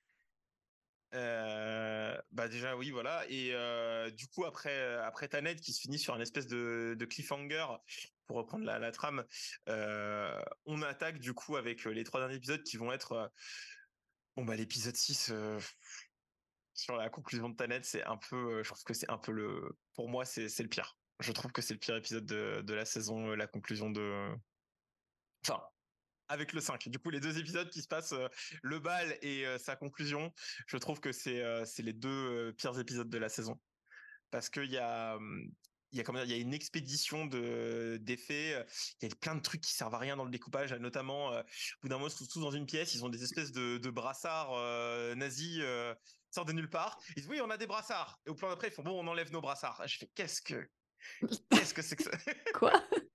Euh, bah déjà oui voilà et euh, du coup après euh, après Tanet qui se finit sur une espèce de, de cliffhanger pour reprendre la, la trame, euh, on attaque du coup avec euh, les trois derniers épisodes qui vont être euh, bon bah l'épisode six euh, sur la conclusion de Tanet, c'est un peu euh, je trouve que c'est un peu le pour moi c'est c'est le pire. Je trouve que c'est le pire épisode de, de la saison, euh, la conclusion de enfin avec le cinq. Du coup, les deux épisodes qui se passent, euh, le bal et euh, sa conclusion, je trouve que c'est euh, c'est les deux euh, pires épisodes de la saison. Parce qu'il y a, hum, il y a comment dire, il y a une expédition de d'effets. euh, Il y a plein de trucs qui servent à rien dans le découpage, notamment euh, au bout d'un moment, ils se trouvent tous dans une pièce, ils ont des espèces de, de brassards euh, nazis. Euh, qui sortent de nulle part. Ils disent oui, on a des brassards. Et au plan d'après, ils font bon, on enlève nos brassards. Et je fais qu'est-ce que qu'est-ce que c'est que ça?
Quoi?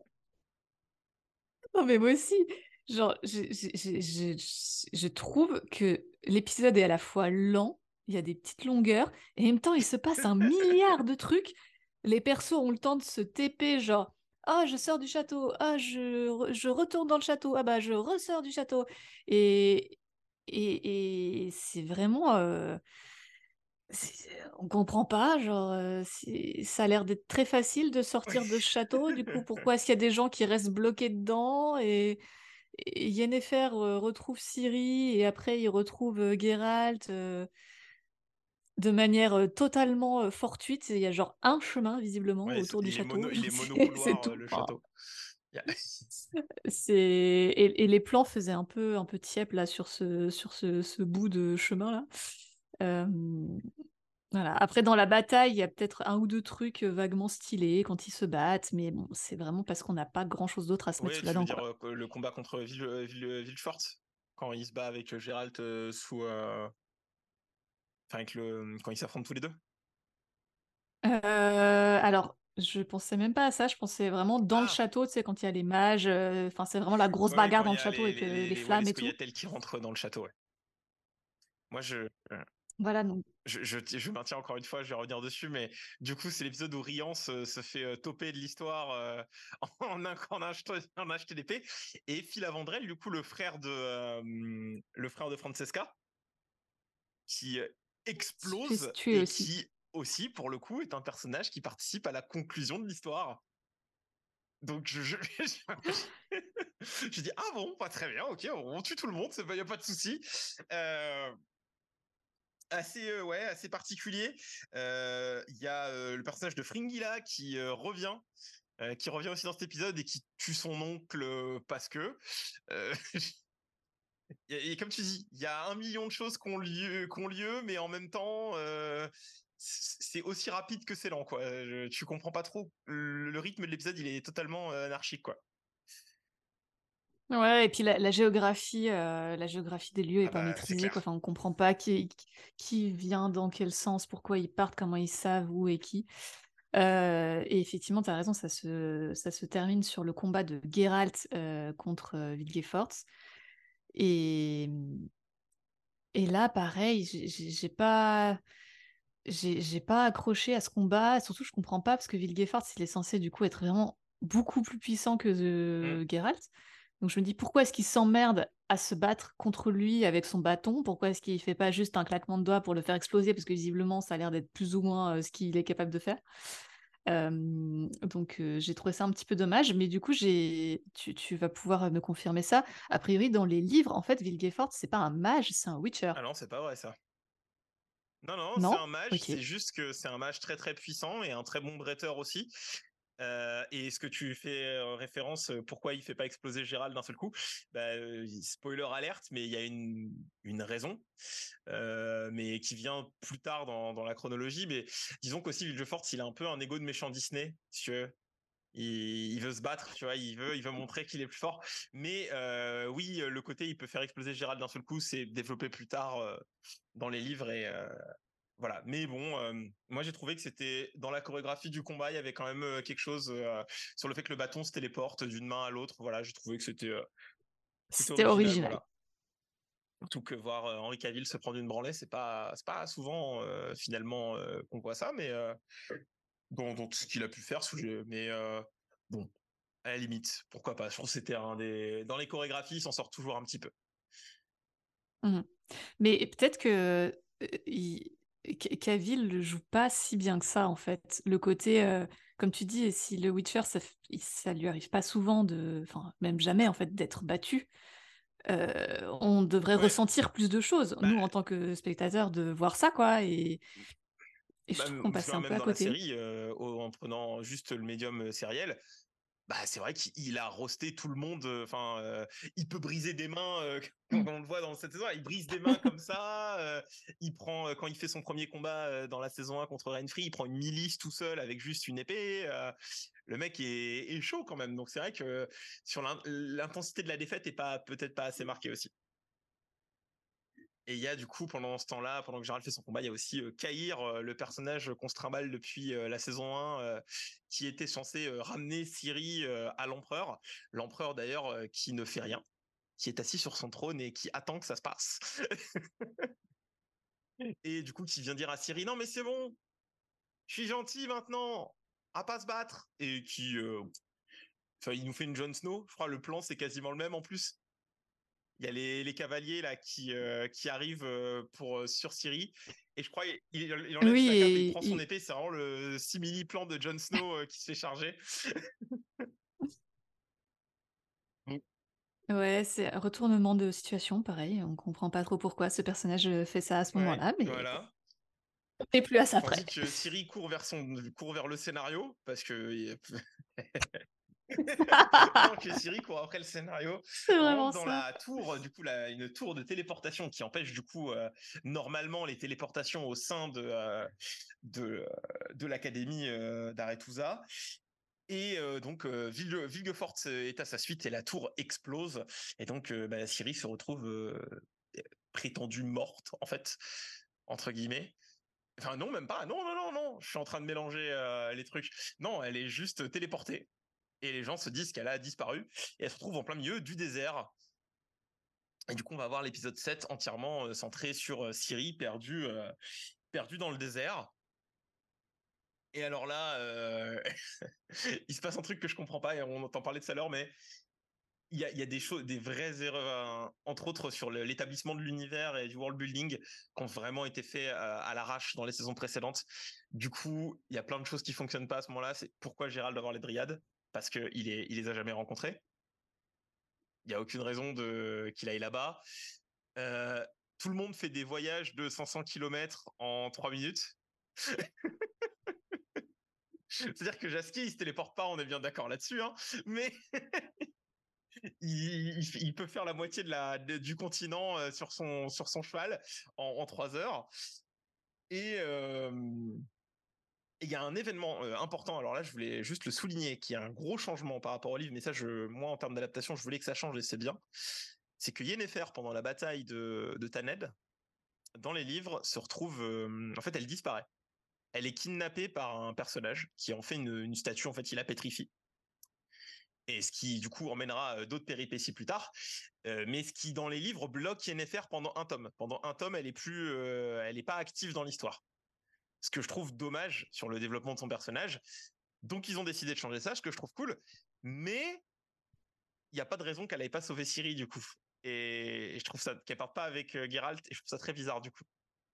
Non, mais moi aussi, genre, je, je, je, je- je trouve que l'épisode est à la fois lent, il y a des petites longueurs, et en même temps, il se passe un milliard de trucs. Les persos ont le temps de se T P, genre, ah, je sors du château, ah, je, re- je retourne dans le château, ah bah, je ressors du château. Et, et, et c'est vraiment. euh, c'est- on comprend pas, genre, euh, c'est- ça a l'air d'être très facile de sortir de ce château. Du coup, pourquoi est-ce qu'il y a des gens qui restent bloqués dedans? Et, et Yennefer euh, retrouve Ciri et après il retrouve euh, Geralt euh, de manière euh, totalement euh, fortuite. Il y a genre un chemin visiblement
Ouais, c'est-
autour du
il est mono,
château.
il
Genre,
est
c'est c'est
monocouloir, euh,
tout.
le
Enfin,
château. Il y a-
c'est et, et les plans faisaient un peu un peu tiep là sur ce sur ce, ce bout de chemin là. Euh, Voilà. Après, dans la bataille, il y a peut-être un ou deux trucs euh, vaguement stylés quand ils se battent, mais bon, c'est vraiment parce qu'on n'a pas grand-chose d'autre à se mettre
Ouais,
sous la
tu veux
dent,
dire
quoi.
euh, que le combat contre Ville, euh, Ville, euh, Villefort quand il se bat avec euh, Gérald euh, sous, euh, enfin avec le, quand ils s'affrontent tous les deux.
Euh, alors, je pensais même pas à ça, je pensais vraiment dans le
Ah,
château, tu sais, quand il y a les mages, euh, enfin, c'est vraiment la grosse
ouais,
bagarre
quand il
dans
y
le
a
château
les,
avec
les,
euh,
les,
les
les- ouais, les
flammes et tout.
scoia'tael qui rentrent dans le château. Ouais. Moi, je, euh,
Voilà, donc.
je, je, je maintiens encore une fois, je vais revenir dessus, mais du coup, c'est l'épisode où Rian se, se fait euh, toper de l'histoire euh, en, un, en, achetant, en achetant l'épée, et Phil Avandrel, du coup, le frère de, euh, le frère de Francesca, qui euh,
Se fait se
explose
tuer
et
aussi.
qui aussi, pour le coup, est un personnage qui participe à la conclusion de l'histoire. Donc je, je, je, je dis ah bon, pas très bien, ok, on tue tout le monde, il y a pas de souci. Euh, assez euh, ouais, assez particulier. Il euh, y a euh, le personnage de Fringilla qui euh, revient. euh, qui revient aussi dans cet épisode et qui tue son oncle euh, parce que euh, et, et comme tu dis, il y a un million de choses qui ont lieu, qui ont lieu, mais en même temps, euh, c'est aussi rapide que c'est lent, quoi. Je, tu comprends pas trop. Le, le rythme de l'épisode, il est totalement euh, anarchique, quoi.
Ouais, et puis la, la géographie, euh, la géographie des lieux est
Ah
pas
bah, c'est
maîtrisée, quoi.
clair.
Enfin, on comprend pas qui, qui vient dans quel sens, pourquoi ils partent, comment ils savent où et qui. Euh, et effectivement, tu as raison, ça se, ça se termine sur le combat de Geralt euh, contre euh, Vilgefortz. Et, et là, pareil, j'ai j'ai- j'ai pas, j'ai j'ai pas accroché à ce combat. Surtout, je comprends pas parce que Vilgefortz, il est censé du coup être vraiment beaucoup plus puissant que
Mm.
euh, Geralt. Donc je me dis, pourquoi est-ce qu'il s'emmerde à se battre contre lui avec son bâton? Pourquoi est-ce qu'il fait pas juste un claquement de doigts pour le faire exploser? Parce que visiblement, ça a l'air d'être plus ou moins euh, ce qu'il est capable de faire. Euh, donc euh, j'ai trouvé ça un petit peu dommage, mais du coup j'ai, tu, tu vas pouvoir me confirmer ça. A priori dans les livres, en fait, Vilgefortz c'est pas un mage, c'est un Witcher,
Ah non, c'est pas vrai ça. Non, non, c'est
non?
un mage,
Ok.
c'est juste que c'est un mage très très puissant et un très bon bretteur aussi. Euh, et ce que tu fais euh, référence, euh, pourquoi il fait pas exploser Gérald d'un seul coup, bah, euh, spoiler alerte, mais il y a une, une raison, euh, mais qui vient plus tard dans, dans la chronologie. Mais disons qu'aussi Villefort, il a un peu un ego de méchant Disney, si tu veux. Il, il veut se battre, tu vois, il veut, il veut montrer qu'il est plus fort. Mais euh, oui, le côté il peut faire exploser Gérald d'un seul coup, c'est développé plus tard euh, dans les livres et euh, voilà. Mais bon, euh, moi j'ai trouvé que c'était dans la chorégraphie du combat, il y avait quand même euh, quelque chose euh, sur le fait que le bâton se téléporte d'une main à l'autre. Voilà, j'ai trouvé que c'était euh, c'était
C'était
original.
original.
Voilà. Surtout que voir euh, Henri Cavill se prendre une branlée, c'est pas c'est pas souvent euh, finalement euh, qu'on voit ça, mais euh, dans, dans tout ce qu'il a pu faire. sous- Mais euh, bon, à la limite, pourquoi pas. Je trouve que c'était un des dans les chorégraphies, il s'en sort toujours un petit peu.
Mhm. Mais peut-être que euh, il- Ca- Cavill le joue pas si bien que ça, en fait. Le côté, euh, comme tu dis, si le Witcher, ça, f- il- ça lui arrive pas souvent de, enfin, même jamais, en fait, d'être battu, euh, on devrait
Ouais,
ressentir plus de choses,
bah
nous, en tant que spectateurs, de voir ça, quoi. Et, et je trouve qu'on
même,
passait
enfin,
un peu
même
à
dans la
côté.
série, euh, au- en prenant juste le médium euh, sériel, bah c'est vrai qu'il a roasté tout le monde. euh, Enfin, euh, il peut briser des mains, euh, comme on le voit dans cette saison. Il brise des mains comme ça. euh, il prend euh, quand il fait son premier combat euh, dans la saison un contre Renfri, il prend une milice tout seul avec juste une épée. euh, le mec est, est chaud quand même. Donc c'est vrai que sur l'in- l'intensité de la défaite est pas peut-être pas assez marquée aussi. Et il y a du coup pendant ce temps-là, pendant que Gérald fait son combat, il y a aussi euh, Kahir, euh, le personnage qu'on se trimballe depuis euh, la saison un, euh, qui était censé euh, ramener Ciri euh, à l'empereur. L'empereur d'ailleurs euh, qui ne fait rien, qui est assis sur son trône et qui attend que ça se passe. Et du coup qui vient dire à Ciri non mais c'est bon, je suis gentil maintenant, à pas se battre. Et qui, euh, enfin il nous fait une Jon Snow. Je crois le plan c'est quasiment le même en plus. Il y a les, les cavaliers là qui euh, qui arrivent euh, pour euh, sur Ciri et je crois il, il enlève
Oui,
sa cape et il
et
prend son
il-
épée. C'est vraiment le simili plan de Jon Snow euh, qui se fait charger.
ouais, c'est un retournement de situation, pareil. On comprend pas trop pourquoi ce personnage euh, fait ça à ce
Ouais,
moment-là, mais bon,
voilà.
on n'est plus à ça près.
Tandis que Ciri court vers son court vers le scénario parce que pendant que Ciri court après le scénario,
C'est vraiment
rentre dans
ça.
la tour, du coup, la, une tour de téléportation qui empêche du coup euh, normalement les téléportations au sein de euh, de, euh, de l'académie euh, d'Aretusa. Et euh, donc euh, Vilge- Vilgefort est à sa suite et la tour explose. Et donc euh, bah, Ciri se retrouve euh, prétendue morte en fait entre guillemets. Enfin non même pas. Non non non non. Je suis en train de mélanger euh, les trucs. Non, elle est juste téléportée. Et les gens se disent qu'elle a disparu. Et elle se retrouve en plein milieu du désert. Et du coup, on va voir l'épisode sept entièrement euh, centré sur euh, Ciri perdue euh, perdue dans le désert. Et alors là, euh, il se passe un truc que je comprends pas et on entend parler de ça à l'heure, mais il y a, il y a des choses, des vraies erreurs, hein, entre autres sur le- l'établissement de l'univers et du world building, qui ont vraiment été faits euh, à l'arrache dans les saisons précédentes. Du coup, il y a plein de choses qui fonctionnent pas à ce moment-là. C'est pourquoi Gérald doit avoir les dryades, parce que il est, il les a jamais rencontrés. Il y a aucune raison de qu'il aille là-bas. Euh, Tout le monde fait des voyages de cinq cents kilomètres en trois minutes. C'est-à-dire que Jaskier, il se téléporte pas, on est bien d'accord là-dessus, hein. Mais il, il, il peut faire la moitié de la, de, du continent euh, sur son sur son cheval en, en trois heures. Et euh, il y a un événement euh, important. Alors là, je voulais juste le souligner, qui est un gros changement par rapport au livre. Mais ça, je, moi, en termes d'adaptation, je voulais que ça change et c'est bien. C'est que Yennefer, pendant la bataille de, de Thanedd, dans les livres, se retrouve. Euh, en fait, elle disparaît. Elle est kidnappée par un personnage qui en fait une, une statue. En fait, il la pétrifie. Et ce qui, du coup, emmènera euh, d'autres péripéties plus tard. Euh, mais ce qui, dans les livres, bloque Yennefer pendant un tome. Pendant un tome, elle est plus, euh, elle est pas active dans l'histoire. Ce que je trouve dommage sur le développement de son personnage. Donc, ils ont décidé de changer ça, ce que je trouve cool. Mais il n'y a pas de raison qu'elle aille pas sauver Ciri, du coup. Et je trouve ça qu'elle parte pas avec euh, Geralt. Et je trouve ça très bizarre, du coup.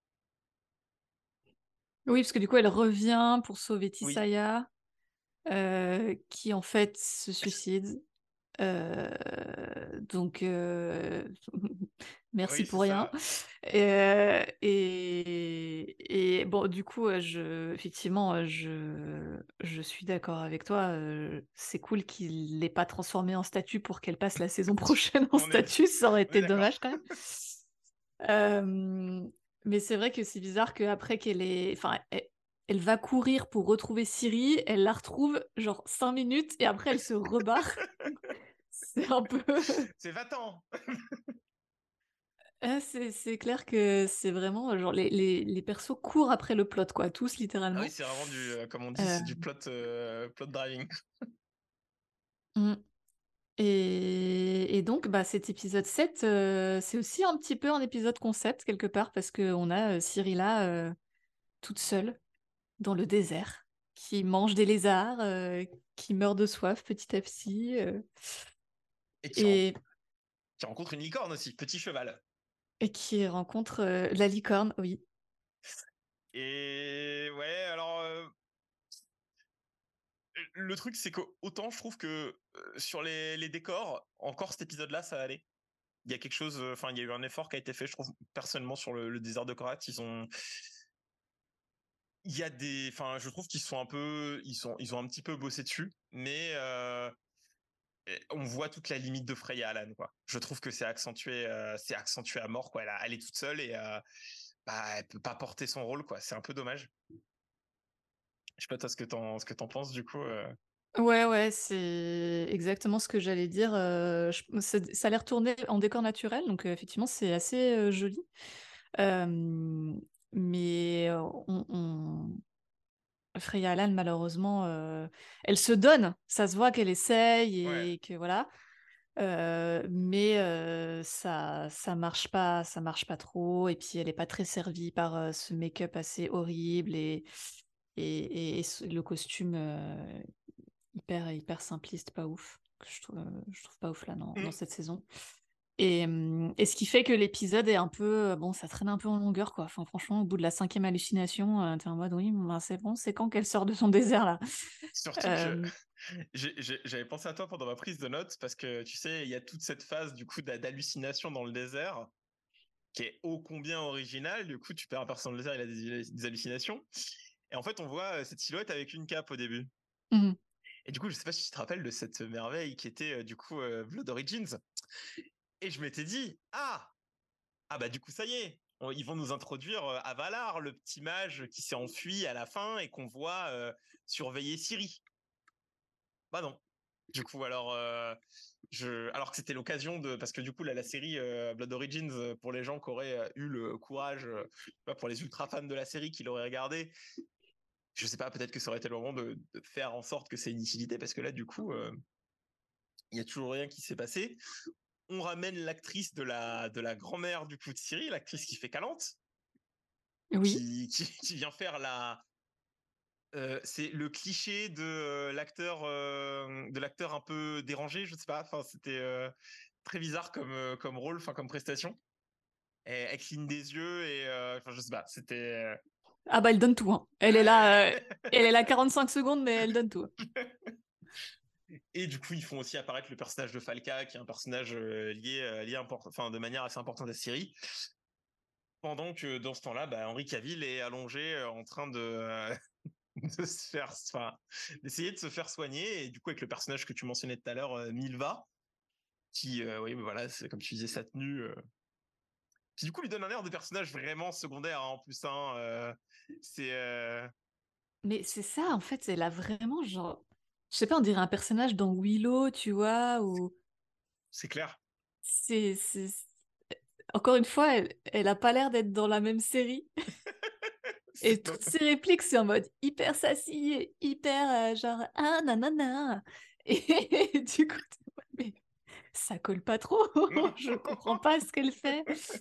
Oui, parce que du coup, elle revient pour sauver
Oui.
Tissaia, euh, qui en fait se suicide. Euh, donc, euh, merci
Oui, c'est
pour rien.
ça.
Euh, et, et bon, du coup, euh, je, effectivement, euh, je, je suis d'accord avec toi. euh, C'est cool qu'il l'ait pas transformée en statue pour qu'elle passe la saison prochaine en
On est,
statue. Ça aurait
on est
été
d'accord.
dommage quand même. Euh, mais c'est vrai que c'est bizarre qu'après qu'elle est... Enfin, elle, elle va courir pour retrouver Ciri, elle la retrouve genre cinq minutes et après elle se rebarre. C'est un peu...
C'est va-t'en.
Ah, c'est c'est clair que c'est vraiment genre les, les, les persos courent après le plot, quoi, tous
Ah oui,
littéralement.
c'est vraiment du, euh, comme on dit,
Euh,
c'est du plot, euh, plot driving.
mm. Et, et donc, bah, cet épisode sept, euh, c'est aussi un petit peu un épisode concept quelque part parce qu'on a euh, Cyrilla euh, toute seule dans le désert qui mange des lézards, euh, qui meurt de soif petit à petit. euh,
Et qui, ren-
et
qui rencontre une licorne aussi, petit cheval.
Et qui rencontre euh, la licorne, oui.
Et ouais, alors euh, le truc, c'est que autant je trouve que euh, sur les, les décors, encore cet épisode-là, ça allait. Il y a quelque chose, euh, enfin, il y a eu un effort qui a été fait, je trouve, personnellement, sur le, le désert de Korat. Ils ont, il y a des, enfin, je trouve qu'ils sont un peu, ils sont, ils ont un petit peu bossé dessus, mais euh, on voit toute la limite de Freya Allan, quoi. Je trouve que c'est accentué, euh, c'est accentué à mort, quoi. Elle, a- elle est toute seule et euh, bah, elle peut pas porter son rôle, quoi. C'est un peu dommage. Je sais pas toi ce que t'en, ce que t'en penses du coup. euh.
Ouais, ouais, c'est exactement ce que j'allais dire. euh, je- c'est- ça a l'air tourné en décor naturel, donc euh, effectivement, c'est assez euh, joli. Euh, mais euh, on, on- Freya Allan, malheureusement, euh, elle se donne. Ça se voit qu'elle
Ouais.
essaye et que voilà. Euh, mais euh, ça, ça marche pas, ça marche pas trop. Et puis, elle est pas très servie par euh, ce make-up assez horrible et, et, et- et ce- le costume. euh, hyper, hyper simpliste, pas ouf, que je trouve, euh, je trouve pas ouf là dans, dans
Mm.
cette saison. Et, hum, et ce qui fait que l'épisode est un peu, euh, bon, ça traîne un peu en longueur, quoi. Enfin, franchement, au bout de la cinquième hallucination, euh, t'es en mode, oui, ben, c'est bon, c'est quand qu'elle sort de son désert, là?
Surtout que
Euh,
j'ai- j'ai- j'avais pensé à toi pendant ma prise de notes parce que tu sais, il y a toute cette phase du coup d'a- d'hallucination dans le désert qui est ô combien originale. Du coup, tu perds un perso dans le désert, il a des, des hallucinations. Et en fait, on voit euh, cette silhouette avec une cape au début.
mhm.
Et du coup, je sais pas si tu te rappelles de cette merveille qui était euh, du coup euh, Blood Origins. Et je m'étais dit, ah, ah bah du coup ça y est, on- ils vont nous introduire euh, à Valar, le petit mage qui s'est enfui à la fin et qu'on voit euh, surveiller Ciri. Bah non. Du coup, alors, euh, je, alors que c'était l'occasion de, parce que du coup, là, la série euh, Blood Origins, euh, pour les gens qui auraient euh, eu le courage, euh, je sais pas, pour les ultra fans de la série qui l'auraient regardé, je sais pas, peut-être que ça aurait été le moment de, de faire en sorte que c'est une utilité, parce que là, du coup, euh, il y a toujours rien qui s'est passé. On ramène l'actrice de la, de la grand-mère du coup de Ciri, l'actrice qui fait Calante,
Oui.
qui, qui, qui vient faire la, euh, c'est le cliché de euh, l'acteur, euh, de l'acteur un peu dérangé, je sais pas. Enfin, c'était euh, très bizarre comme euh, comme rôle, enfin comme prestation. Et elle cligne des yeux et euh, enfin je sais pas. C'était euh,
Ah bah, elle donne tout, hein. Elle est là, euh,
ah,
elle est là quarante-cinq secondes, mais elle donne tout.
et du coup ils font aussi apparaître le personnage de Falca, qui est un personnage euh, lié euh, lié import- enfin de manière assez importante à la série. Pendant que dans ce temps-là, bah, Henry Cavill est allongé euh, en train de euh, de se faire, enfin, d'essayer de se faire soigner. Et du coup, avec le personnage que tu mentionnais tout à l'heure, euh, Milva, qui, euh, oui, bah voilà, c'est comme tu disais, sa tenue, euh, qui du coup lui donne un air de personnage vraiment secondaire, hein, en plus, hein, euh, c'est, euh,
Mais c'est ça, en fait, elle a vraiment, genre, je sais pas, on dirait un personnage dans Willow, tu vois, ou
c'est clair.
c'est, c'est... Encore une fois, elle, elle a pas l'air d'être dans la même série. Et
C'est top.
toutes ces répliques, c'est en mode hyper sassy, hyper euh, genre ah nanana. Et du coup, t'es en mode, mais ça colle pas trop.
Non.
Je comprends pas ce qu'elle fait.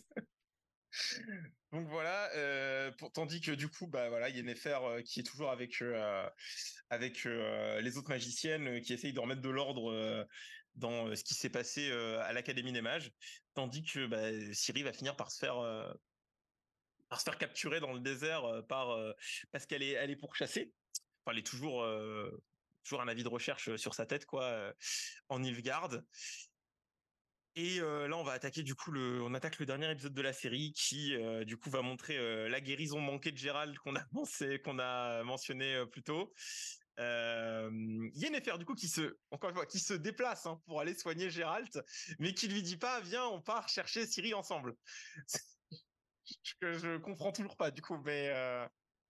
Donc voilà, euh, pour- tandis que du coup, bah voilà, Yennefer euh, qui est toujours avec euh, avec euh, les autres magiciennes euh, qui essayent de remettre de l'ordre euh, dans euh, ce qui s'est passé euh, à l'Académie des Mages, tandis que bah, Ciri va finir par se faire euh, par se faire capturer dans le désert euh, par euh, parce qu'elle est elle est pourchassée. Enfin, elle est toujours euh, toujours un avis de recherche sur sa tête quoi euh, en Nilfgaard. Et euh, là, on va attaquer du coup le, on attaque le dernier épisode de la série qui euh, du coup va montrer euh, la guérison manquée de Gérald qu'on a pensé, qu'on a mentionné euh, plus tôt. Euh, Yennefer du coup qui se, encore une fois, qui se déplace hein, pour aller soigner Gérald, mais qui lui dit pas, viens, on part chercher Ciri ensemble. Que je comprends toujours pas du coup, mais euh,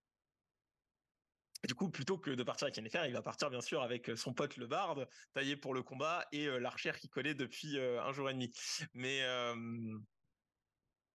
du coup, plutôt que de partir avec Yennefer, il va partir bien sûr avec son pote le barde, taillé pour le combat, et euh, l'archère qui collait depuis euh, un jour et demi. Mais euh,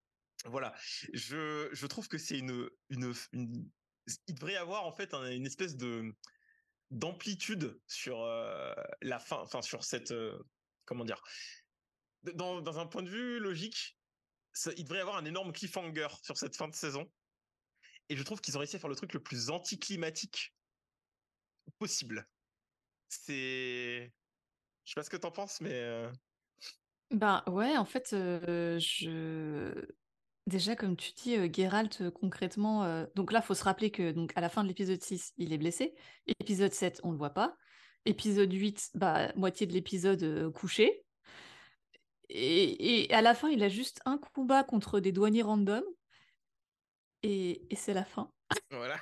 Voilà, je, je trouve que c'est une, une, une- il devrait y avoir en fait un- une espèce de d'amplitude sur euh, la fin, enfin sur cette, euh, comment dire, dans, dans un point de vue logique, ça- il devrait y avoir un énorme cliffhanger sur cette fin de saison. Et je trouve qu'ils ont réussi à faire le truc le plus anticlimatique possible. C'est, je sais pas ce que t'en penses, mais euh,
Ben ouais, en fait, euh, je... Déjà, comme tu dis, euh, Geralt, euh, concrètement... euh, Donc là, faut se rappeler que donc, à la fin de l'épisode six, il est blessé. Épisode sept, on le voit pas. Épisode huit, bah, moitié de l'épisode euh, couché. Et, et à la fin, il a juste un combat contre des douaniers random. Et, et c'est la fin.
voilà.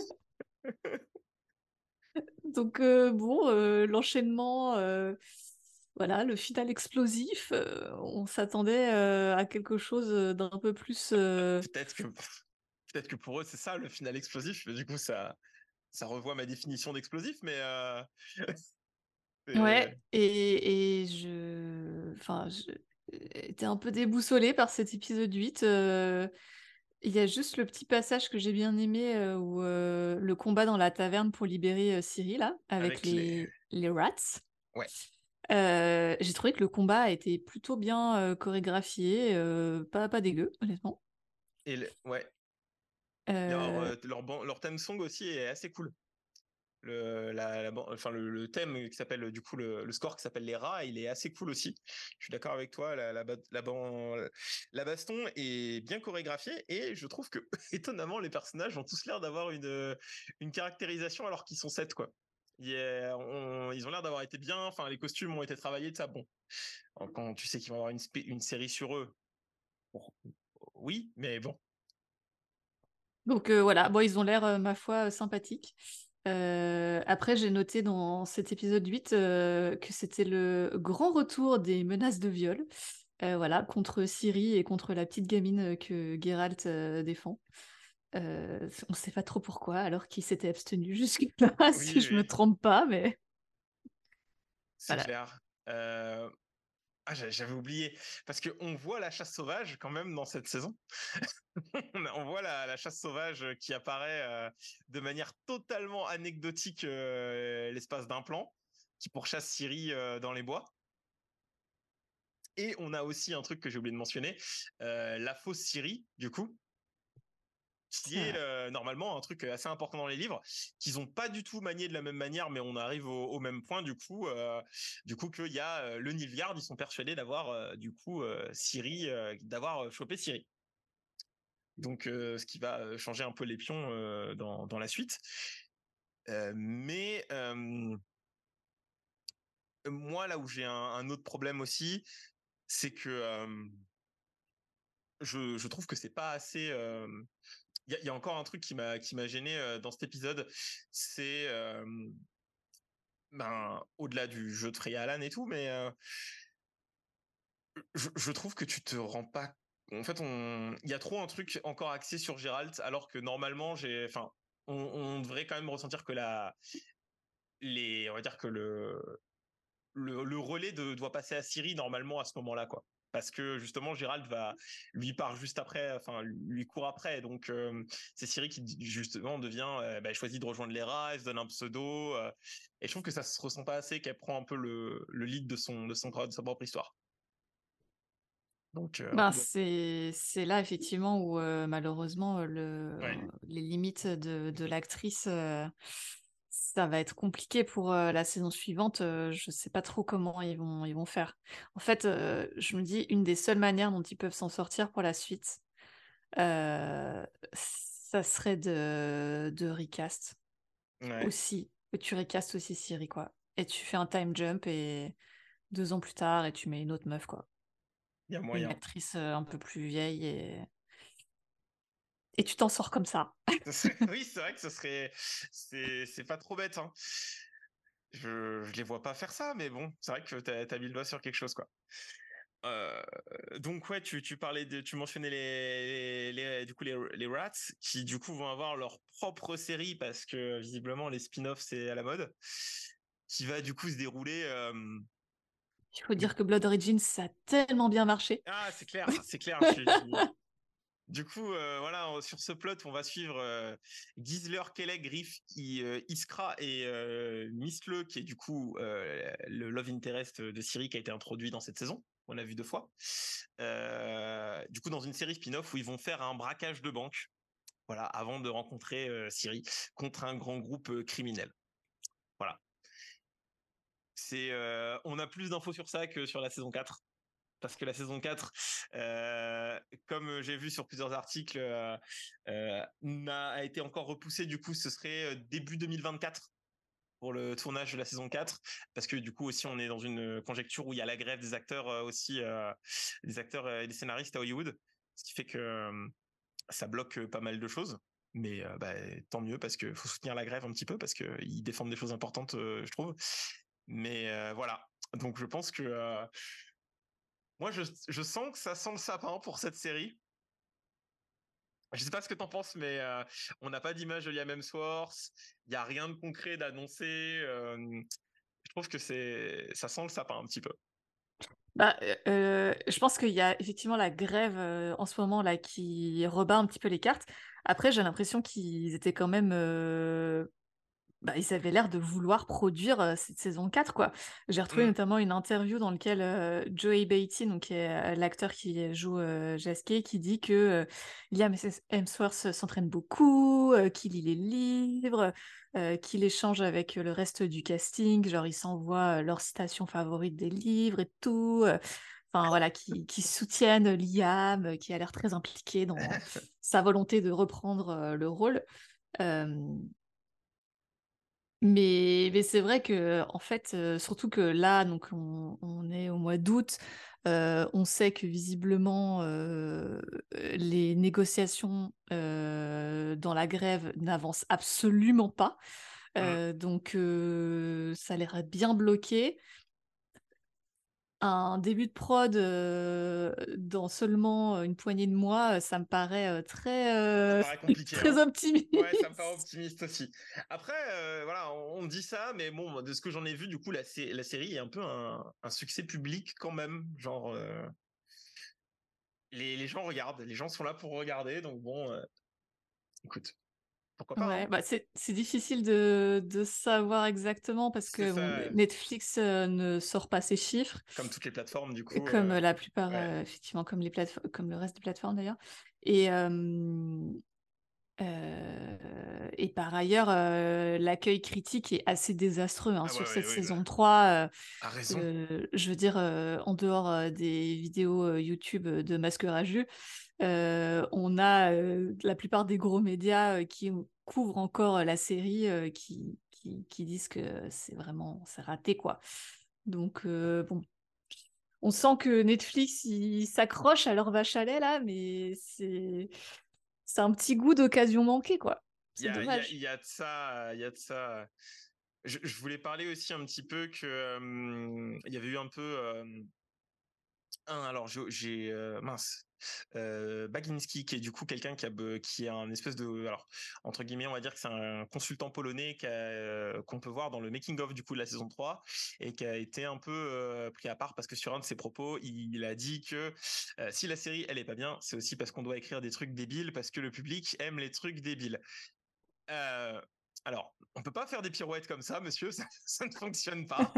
Donc euh, bon, euh, l'enchaînement... euh, Voilà, le final explosif, euh, on s'attendait euh, à quelque chose d'un peu plus... euh,
Peut-être que, peut-être que pour eux c'est ça le final explosif. Mais du coup, ça, ça revoit ma définition d'explosif, mais euh,
Ouais,
c'est-
et, et je... Enfin, je... J'étais un peu déboussolée par cet épisode huit. euh, Il y a juste le petit passage que j'ai bien aimé euh, où euh, le combat dans la taverne pour libérer euh, Ciri, là, avec
avec les,
les, les rats.
ouais.
Euh, j'ai trouvé que le combat a été plutôt bien euh, chorégraphié, euh, pas, pas dégueu, honnêtement.
Et le- ouais. Alors,
Euh,
euh, leur, ban- leur theme song aussi est assez cool. Le, la, la ban- enfin, le, le thème qui s'appelle, du coup, le, le score qui s'appelle Les Rats, il est assez cool aussi. Je suis d'accord avec toi, la, la, ba- la, ban- la baston est bien chorégraphiée et je trouve que, étonnamment, les personnages ont tous l'air d'avoir une, une caractérisation alors qu'ils sont sept, quoi. Il y a- on- ils ont l'air d'avoir été bien, enfin, les costumes ont été travaillés, de ça, bon. Quand tu sais qu'ils vont avoir une, spé- une série sur eux, bon, oui, mais bon.
Donc euh, voilà, bon, ils ont l'air, euh, ma foi, euh, sympathiques. Euh, après, j'ai noté dans cet épisode huit euh, que c'était le grand retour des menaces de viol, euh, voilà, contre Ciri et contre la petite gamine euh, que Geralt euh, défend. Euh, on ne sait pas trop pourquoi, alors qu'il s'était abstenu jusque-là, si
Oui,
je me
oui,
trompe pas, mais
c'est
voilà.
clair. Euh, Ah, j'a- j'avais oublié. Parce que on voit la chasse sauvage quand même dans cette saison. On a- on voit la, la chasse sauvage qui apparaît euh, de manière totalement anecdotique euh, l'espace d'un plan, qui pourchasse Ciri euh, dans les bois. Et on a aussi un truc que j'ai oublié de mentionner, euh, la fausse Ciri, du coup, qui
C'est
est
vrai.
euh, normalement un truc assez important dans les livres, qu'ils ont pas du tout manié de la même manière, mais on arrive au, au même point du coup, euh, du coup qu'il y a euh, le Nilfgaard, ils sont persuadés d'avoir euh, du coup euh, Ciri, euh, d'avoir euh, chopé Ciri. Donc euh, ce qui va euh, changer un peu les pions euh, dans, dans la suite. Euh, mais euh, moi là où j'ai un, un autre problème aussi, c'est que euh, je, je trouve que c'est pas assez. euh, Il y, a, y a encore un truc qui m'a qui m'a gêné euh, dans cet épisode, c'est euh, ben au-delà du jeu de Freya Allan et tout, mais euh, je, je trouve que tu te rends pas. En fait, on il y a trop un truc encore axé sur Geralt, alors que normalement j'ai, enfin, on, on devrait quand même ressentir que la les, on va dire que le le, le relais de, doit passer à Ciri normalement à ce moment-là, quoi. Parce que justement, Gérald va lui part juste après, enfin lui court après. Donc euh, c'est Ciri qui justement devient, euh, bah, choisit de rejoindre les rats, elle se donne un pseudo. Euh, et je trouve que ça se ressent pas assez qu'elle prend un peu le, le lead de son de son de sa propre histoire. Donc euh, un
Ben,
peu de...
c'est c'est là effectivement où euh, malheureusement euh, le
ouais.
les limites de, de l'actrice euh, ça va être compliqué pour euh, la saison suivante. Euh, je sais pas trop comment ils vont ils vont faire. En fait, euh, je me dis une des seules manières dont ils peuvent s'en sortir pour la suite, euh, ça serait de de recast
Ouais.
aussi. Que tu recastes aussi Siri quoi. Et tu fais un time jump et deux ans plus tard et tu mets une autre meuf quoi.
Il y a
Une
moyen.
actrice euh, un peu plus vieille et et tu t'en sors comme ça.
Oui, c'est vrai que ce serait, c'est, c'est pas trop bête, hein. Je, je les vois pas faire ça, mais bon, c'est vrai que t'as, t'as mis le doigt sur quelque chose, quoi. Euh, donc ouais, tu, tu parlais de, tu mentionnais les, les, les- du coup les, les Rats qui du coup vont avoir leur propre série parce que visiblement les spin-offs c'est à la mode, qui va du coup se dérouler. euh,
Il faut
du
dire que Blood Origins, ça a tellement bien marché.
Ah, c'est clair, c'est clair. Je suis, Du coup, euh, voilà, on- sur ce plot, on va suivre euh, Gisler, Kelleg, Griff, I- euh, Iskra et euh, Mistle, qui est du coup euh, le love interest de Ciri qui a été introduit dans cette saison. On l'a vu deux fois. Euh, du coup, dans une série spin-off où ils vont faire un braquage de banque, voilà, avant de rencontrer euh, Ciri contre un grand groupe euh, criminel. Voilà. C'est, euh, on a plus d'infos sur ça que sur la saison quatre. Parce que la saison quatre, euh, comme j'ai vu sur plusieurs articles, euh, euh, n'a, a été encore repoussée. Du coup, ce serait euh, début deux mille vingt-quatre pour le tournage de la saison quatre. Parce que du coup, aussi, on est dans une conjecture où il y a la grève des acteurs euh, aussi, euh, des acteurs et des scénaristes à Hollywood. Ce qui fait que euh, ça bloque euh, pas mal de choses. Mais euh, bah, tant mieux parce que faut soutenir la grève un petit peu parce que ils défendent des choses importantes, euh, je trouve. Mais euh, voilà. Donc je pense que euh, moi, je, je sens que ça sent le sapin pour cette série. Je sais pas ce que t'en penses, mais euh, on n'a pas d'image de Liam Hemsworth. Il y a rien de concret d'annoncé. Euh, je trouve que c'est, ça sent le sapin un petit peu.
Bah, euh, euh, je pense qu'il y a effectivement la grève euh, en ce moment là qui rebat un petit peu les cartes. Après, j'ai l'impression qu'ils étaient quand même euh, bah, ils avaient l'air de vouloir produire euh, cette saison quatre, quoi. J'ai retrouvé
Mm.
notamment une interview dans laquelle euh, Joey Beatty, donc, qui est euh, l'acteur qui joue euh, Jasquet, qui dit que euh, Liam Hemsworth s'entraîne beaucoup, euh, qu'il lit les livres, euh, qu'il échange avec le reste du casting, genre ils s'envoient euh, leurs citations favorites des livres et tout. euh, Enfin voilà, qui, qui soutiennent Liam, euh, qui a l'air très impliqué dans sa volonté de reprendre euh, le rôle. Euh, mais, mais c'est vrai que, en fait, euh, surtout que là, donc on, on est au mois d'août, euh, on sait que visiblement euh, les négociations euh, dans la grève n'avancent absolument pas.
Mm.
Euh, donc euh, ça a l'air bien bloqué. Un début de prod euh, dans seulement une poignée de mois, ça me paraît euh, très,
Ça me
euh,
paraît compliqué, hein.
très optimiste.
Ouais, ça me paraît optimiste aussi. Après, euh, voilà, on, on dit ça, mais bon, de ce que j'en ai vu, du coup, la, sé- la série est un peu un, un succès public quand même. Genre, euh, les, les gens regardent, les gens sont là pour regarder, donc bon, euh, écoute, pourquoi pas,
Ouais,
hein.
bah c'est c'est difficile de, de savoir exactement parce
C'est
que bon,
ça,
Netflix euh, ne sort pas ses chiffres,
comme toutes les plateformes, du coup,
comme
euh,
la plupart,
ouais.
euh, effectivement, comme les plateformes, comme le reste des plateformes d'ailleurs. Et, euh, euh, et par ailleurs, euh, l'accueil critique est assez désastreux hein,
Ah ouais,
sur
ouais,
cette
ouais,
saison
bah,
trois. euh,
a raison.
euh, je veux dire, euh, en dehors euh, des vidéos euh, YouTube de masques rageux, euh, on a euh, la plupart des gros médias euh, qui couvrent encore la série euh, qui, qui, qui disent que c'est vraiment c'est raté quoi. Donc euh, bon, on sent que Netflix il s'accroche à leur vache à lait là, mais c'est c'est un petit goût d'occasion manquée quoi.
Il y
C'est
a, il y a, il
dommage.
y a de ça, il y a de ça. Je, je voulais parler aussi un petit peu que euh, il y avait eu un peu euh, un alors j'ai j'ai, euh, mince euh, Baginski qui est du coup quelqu'un qui a be- qui est un espèce de alors entre guillemets on va dire que c'est un consultant polonais qui a, euh, qu'on peut voir dans le making of du coup de la saison trois et qui a été un peu euh, pris à part parce que sur un de ses propos il, il a dit que euh, si la série elle est pas bien c'est aussi parce qu'on doit écrire des trucs débiles parce que le public aime les trucs débiles. Euh, alors, on peut pas faire des pirouettes comme ça, monsieur, ça, ça ne fonctionne pas.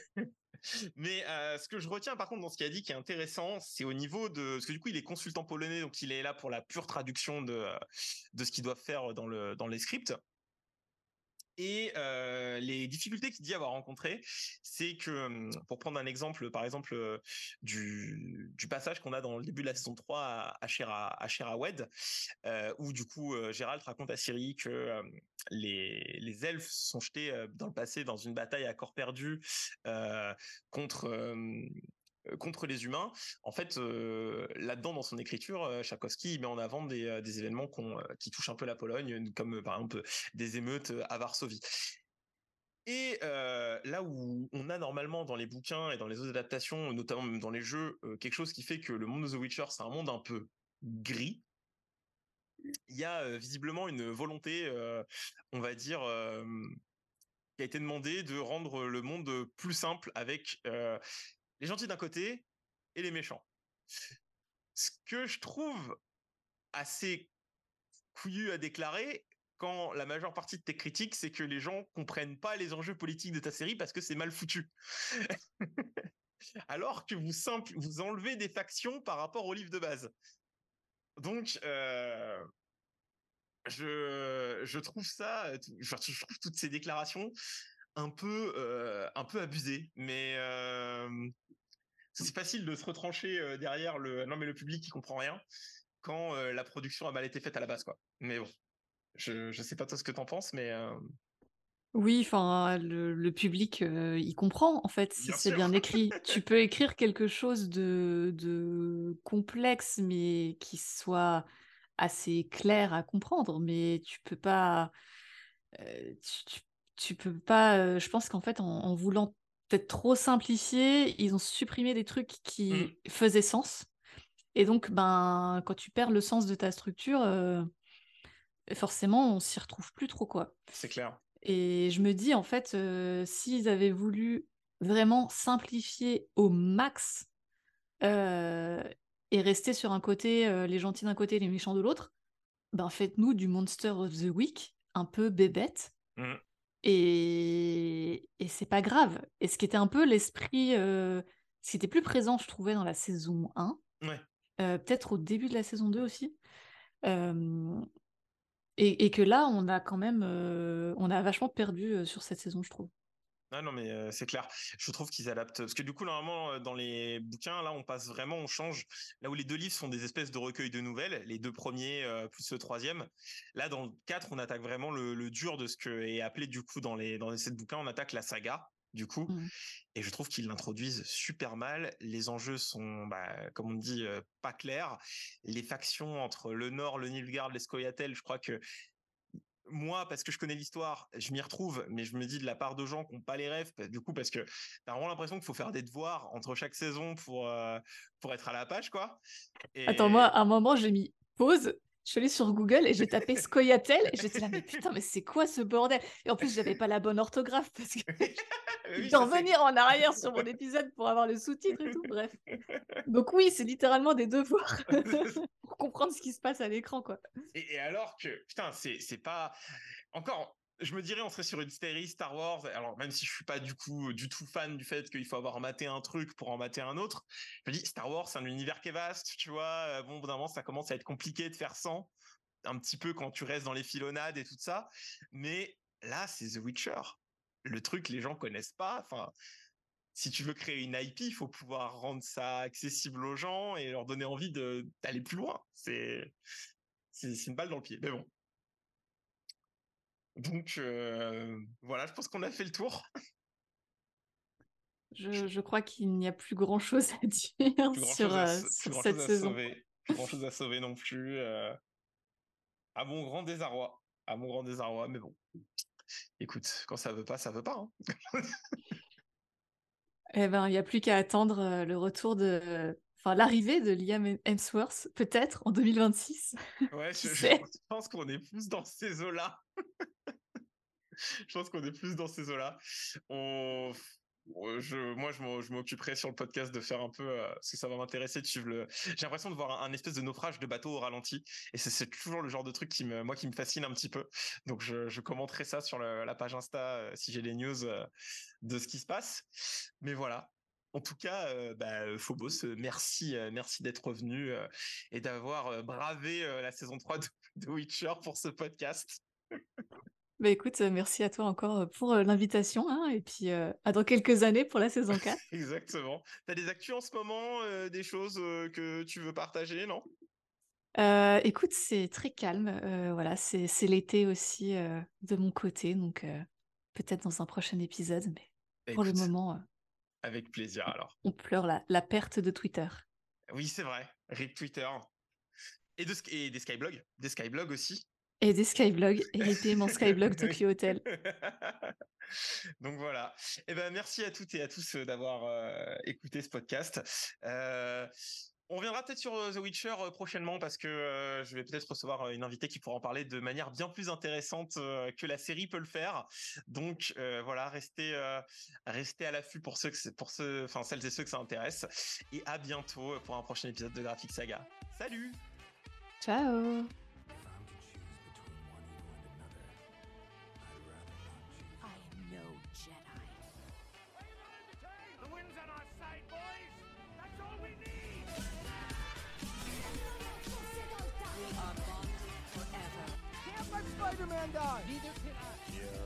Mais euh, ce que je retiens par contre dans ce qu'il a dit qui est intéressant, c'est au niveau de... Parce que du coup, il est consultant polonais, donc il est là pour la pure traduction de, euh, de ce qu'ils doivent faire dans, le, dans les scripts. Et euh, les difficultés qu'il dit avoir rencontrées, c'est que, hum, pour prendre un exemple, par exemple, euh, du, du passage qu'on a dans le début de la saison trois à, à Shera, à Shera Wed, euh, où du coup euh, Gérald raconte à Ciri que euh, les, les elfes sont jetés euh, dans le passé dans une bataille à corps perdu euh, contre euh, euh, contre les humains. En fait, euh, là-dedans, dans son écriture, euh, Tchaikovsky il met en avant des, euh, des événements qu'on, euh, qui touchent un peu la Pologne, comme euh, par exemple des émeutes euh, à Varsovie. Et euh, là où on a normalement dans les bouquins et dans les autres adaptations, notamment même dans les jeux, euh, quelque chose qui fait que le monde de The Witcher, c'est un monde un peu gris, il y a euh, visiblement une volonté, euh, on va dire, euh, qui a été demandée de rendre le monde plus simple avec euh, les gentils d'un côté et les méchants. Ce que je trouve assez couillu à déclarer quand la majeure partie de tes critiques, c'est que les gens comprennent pas les enjeux politiques de ta série parce que c'est mal foutu. Alors que vous simple, vous enlevez des factions par rapport au livre de base. Donc, euh, je, je trouve ça, je trouve toutes ces déclarations un peu, euh, un peu abusées. Mais euh, c'est facile de se retrancher euh, derrière le non mais le public qui comprend rien quand euh, la production a mal été faite à la base, quoi. Mais bon, je, je sais pas toi ce que t'en penses, mais euh,
Oui, enfin, le, le public, euh, il comprend, en fait, si
bien
c'est
sûr.
bien écrit. Tu peux écrire quelque chose de, de complexe, mais qui soit assez clair à comprendre, mais tu peux pas... euh, tu, tu- tu peux pas... euh, je pense qu'en fait, en, en voulant peut-être trop simplifier, ils ont supprimé des trucs
Mhm,
qui faisaient sens. Et donc, ben, quand tu perds le sens de ta structure, euh, forcément, on s'y retrouve plus trop, quoi.
c'est clair.
Et je me dis, en fait, euh, s'ils avaient voulu vraiment simplifier au max euh, et rester sur un côté, euh, les gentils d'un côté, les méchants de l'autre, ben faites-nous du Monster of the Week, un peu bébête,
Mhm,
et, et c'est pas grave. Et ce qui était un peu l'esprit, euh, ce qui était plus présent, je trouvais, dans la saison un,
ouais.
euh, peut-être au début de la saison deux aussi, euh, et, et que là, on a quand même, euh, on a vachement perdu euh, sur cette saison, je trouve.
Ah non mais euh, c'est clair. Je trouve qu'ils adaptent parce que du coup normalement euh, dans les bouquins là on passe vraiment, on change là où les deux livres sont des espèces de recueils de nouvelles, les deux premiers euh, plus le troisième. Là dans le quatre on attaque vraiment le, le dur de ce que est appelé du coup dans les dans les sept bouquins, on attaque la saga du coup
Mm.
et je trouve qu'ils l'introduisent super mal. Les enjeux sont bah, comme on dit euh, pas clairs. Les factions entre le Nord, le Nilfgaard, les Scoia'tael, je crois que moi, parce que je connais l'histoire, je m'y retrouve, mais je me dis de la part de gens qui n'ont pas les rêves, bah, du coup, parce que t'as vraiment l'impression qu'il faut faire des devoirs entre chaque saison pour euh, pour être à la page, quoi.
Attends, moi,
Et
à un moment, j'ai mis pause, je suis allée sur Google et j'ai tapé Scoia'tael et j'étais là, mais putain, mais c'est quoi ce bordel? Et en plus, j'avais pas la bonne orthographe parce que j'ai
oui,
dû
ça c'est.
revenir en arrière sur mon épisode pour avoir le sous-titre et tout, bref. Donc oui, c'est littéralement des devoirs pour comprendre ce qui se passe à l'écran, quoi.
et, et alors que putain, c'est c'est pas encore. Je me dirais, on serait sur une série Star Wars. Alors, même si je suis pas du coup du tout fan du fait qu'il faut avoir maté un truc pour en mater un autre, je me dis Star Wars, c'est un univers qui est vaste, tu vois. Euh, Bon, au bout d'un moment, ça commence à être compliqué de faire sans, un petit peu quand tu restes dans les filonades et tout ça. Mais là, c'est The Witcher. Le truc, les gens connaissent pas. Enfin, si tu veux créer une I P, il faut pouvoir rendre ça accessible aux gens et leur donner envie de d'aller plus loin. C'est c'est c'est une balle dans le pied. Mais bon. Donc euh, voilà, je pense qu'on a fait le tour.
Je, je crois qu'il n'y a plus grand-chose à dire
Plus grand
sur,
chose à
euh,
s- plus
sur
grand chose
cette
à
saison.
sauver. Plus grand chose à sauver non plus. euh, à mon grand désarroi. À mon grand désarroi. Mais bon, écoute, quand ça veut pas, ça veut pas. Hein.
Eh ben, il n'y a plus qu'à attendre euh, le retour de... Enfin, l'arrivée de Liam Hemsworth, peut-être, en deux mille vingt-six.
Ouais,
Qui
je, je
sait?
pense qu'on est plus dans ces eaux-là. Je pense qu'on est plus dans ces eaux-là. On, je, moi, je m'en- je m'occuperai sur le podcast de faire un peu, euh, parce que ça va m'intéresser de suivre le. J'ai l'impression de voir un, un espèce de naufrage de bateau au ralenti, et c'est c'est toujours le genre de truc qui me, moi, qui me fascine un petit peu. Donc, je, je commenterai ça sur le- la page Insta euh, si j'ai les news euh, de ce qui se passe. Mais voilà. En tout cas, euh, bah, Phobos, euh, merci, euh, merci d'être revenu euh, et d'avoir euh, bravé euh, la saison trois de, de Witcher pour ce podcast.
Bah écoute, euh, merci à toi encore euh, pour euh, l'invitation, hein, et puis euh, à dans quelques années pour la saison quatre.
Exactement. T'as des actus en ce moment, euh, des choses euh, que tu veux partager, non?
Euh, écoute, c'est très calme, euh, voilà, c'est c'est l'été aussi euh, de mon côté, donc euh, peut-être dans un prochain épisode, mais pour le
Écoute,
moment, euh,
avec plaisir alors.
on pleure la, la perte de Twitter.
Oui, c'est vrai. Rip Twitter. Et, de, et des Skyblogs. Des Skyblogs aussi.
Et des skyblogs, R I P mon skyblog
Oui.
Tokyo Hotel.
Donc voilà. Eh ben merci à toutes et à tous euh, d'avoir euh, écouté ce podcast. Euh, on reviendra peut-être sur euh, The Witcher euh, prochainement parce que euh, je vais peut-être recevoir euh, une invitée qui pourra en parler de manière bien plus intéressante euh, que la série peut le faire. Donc euh, voilà, restez euh, restez à l'affût pour ceux que c'est- pour ceux, enfin celles et ceux que ça intéresse. Et à bientôt pour un prochain épisode de Graphic Saga. Salut!
Ciao.
I am no Jedi.
The wind's on our side, boys! That's all we need!
We are bonded forever.
Can't let Spider-Man die! Neither can I.
Yeah.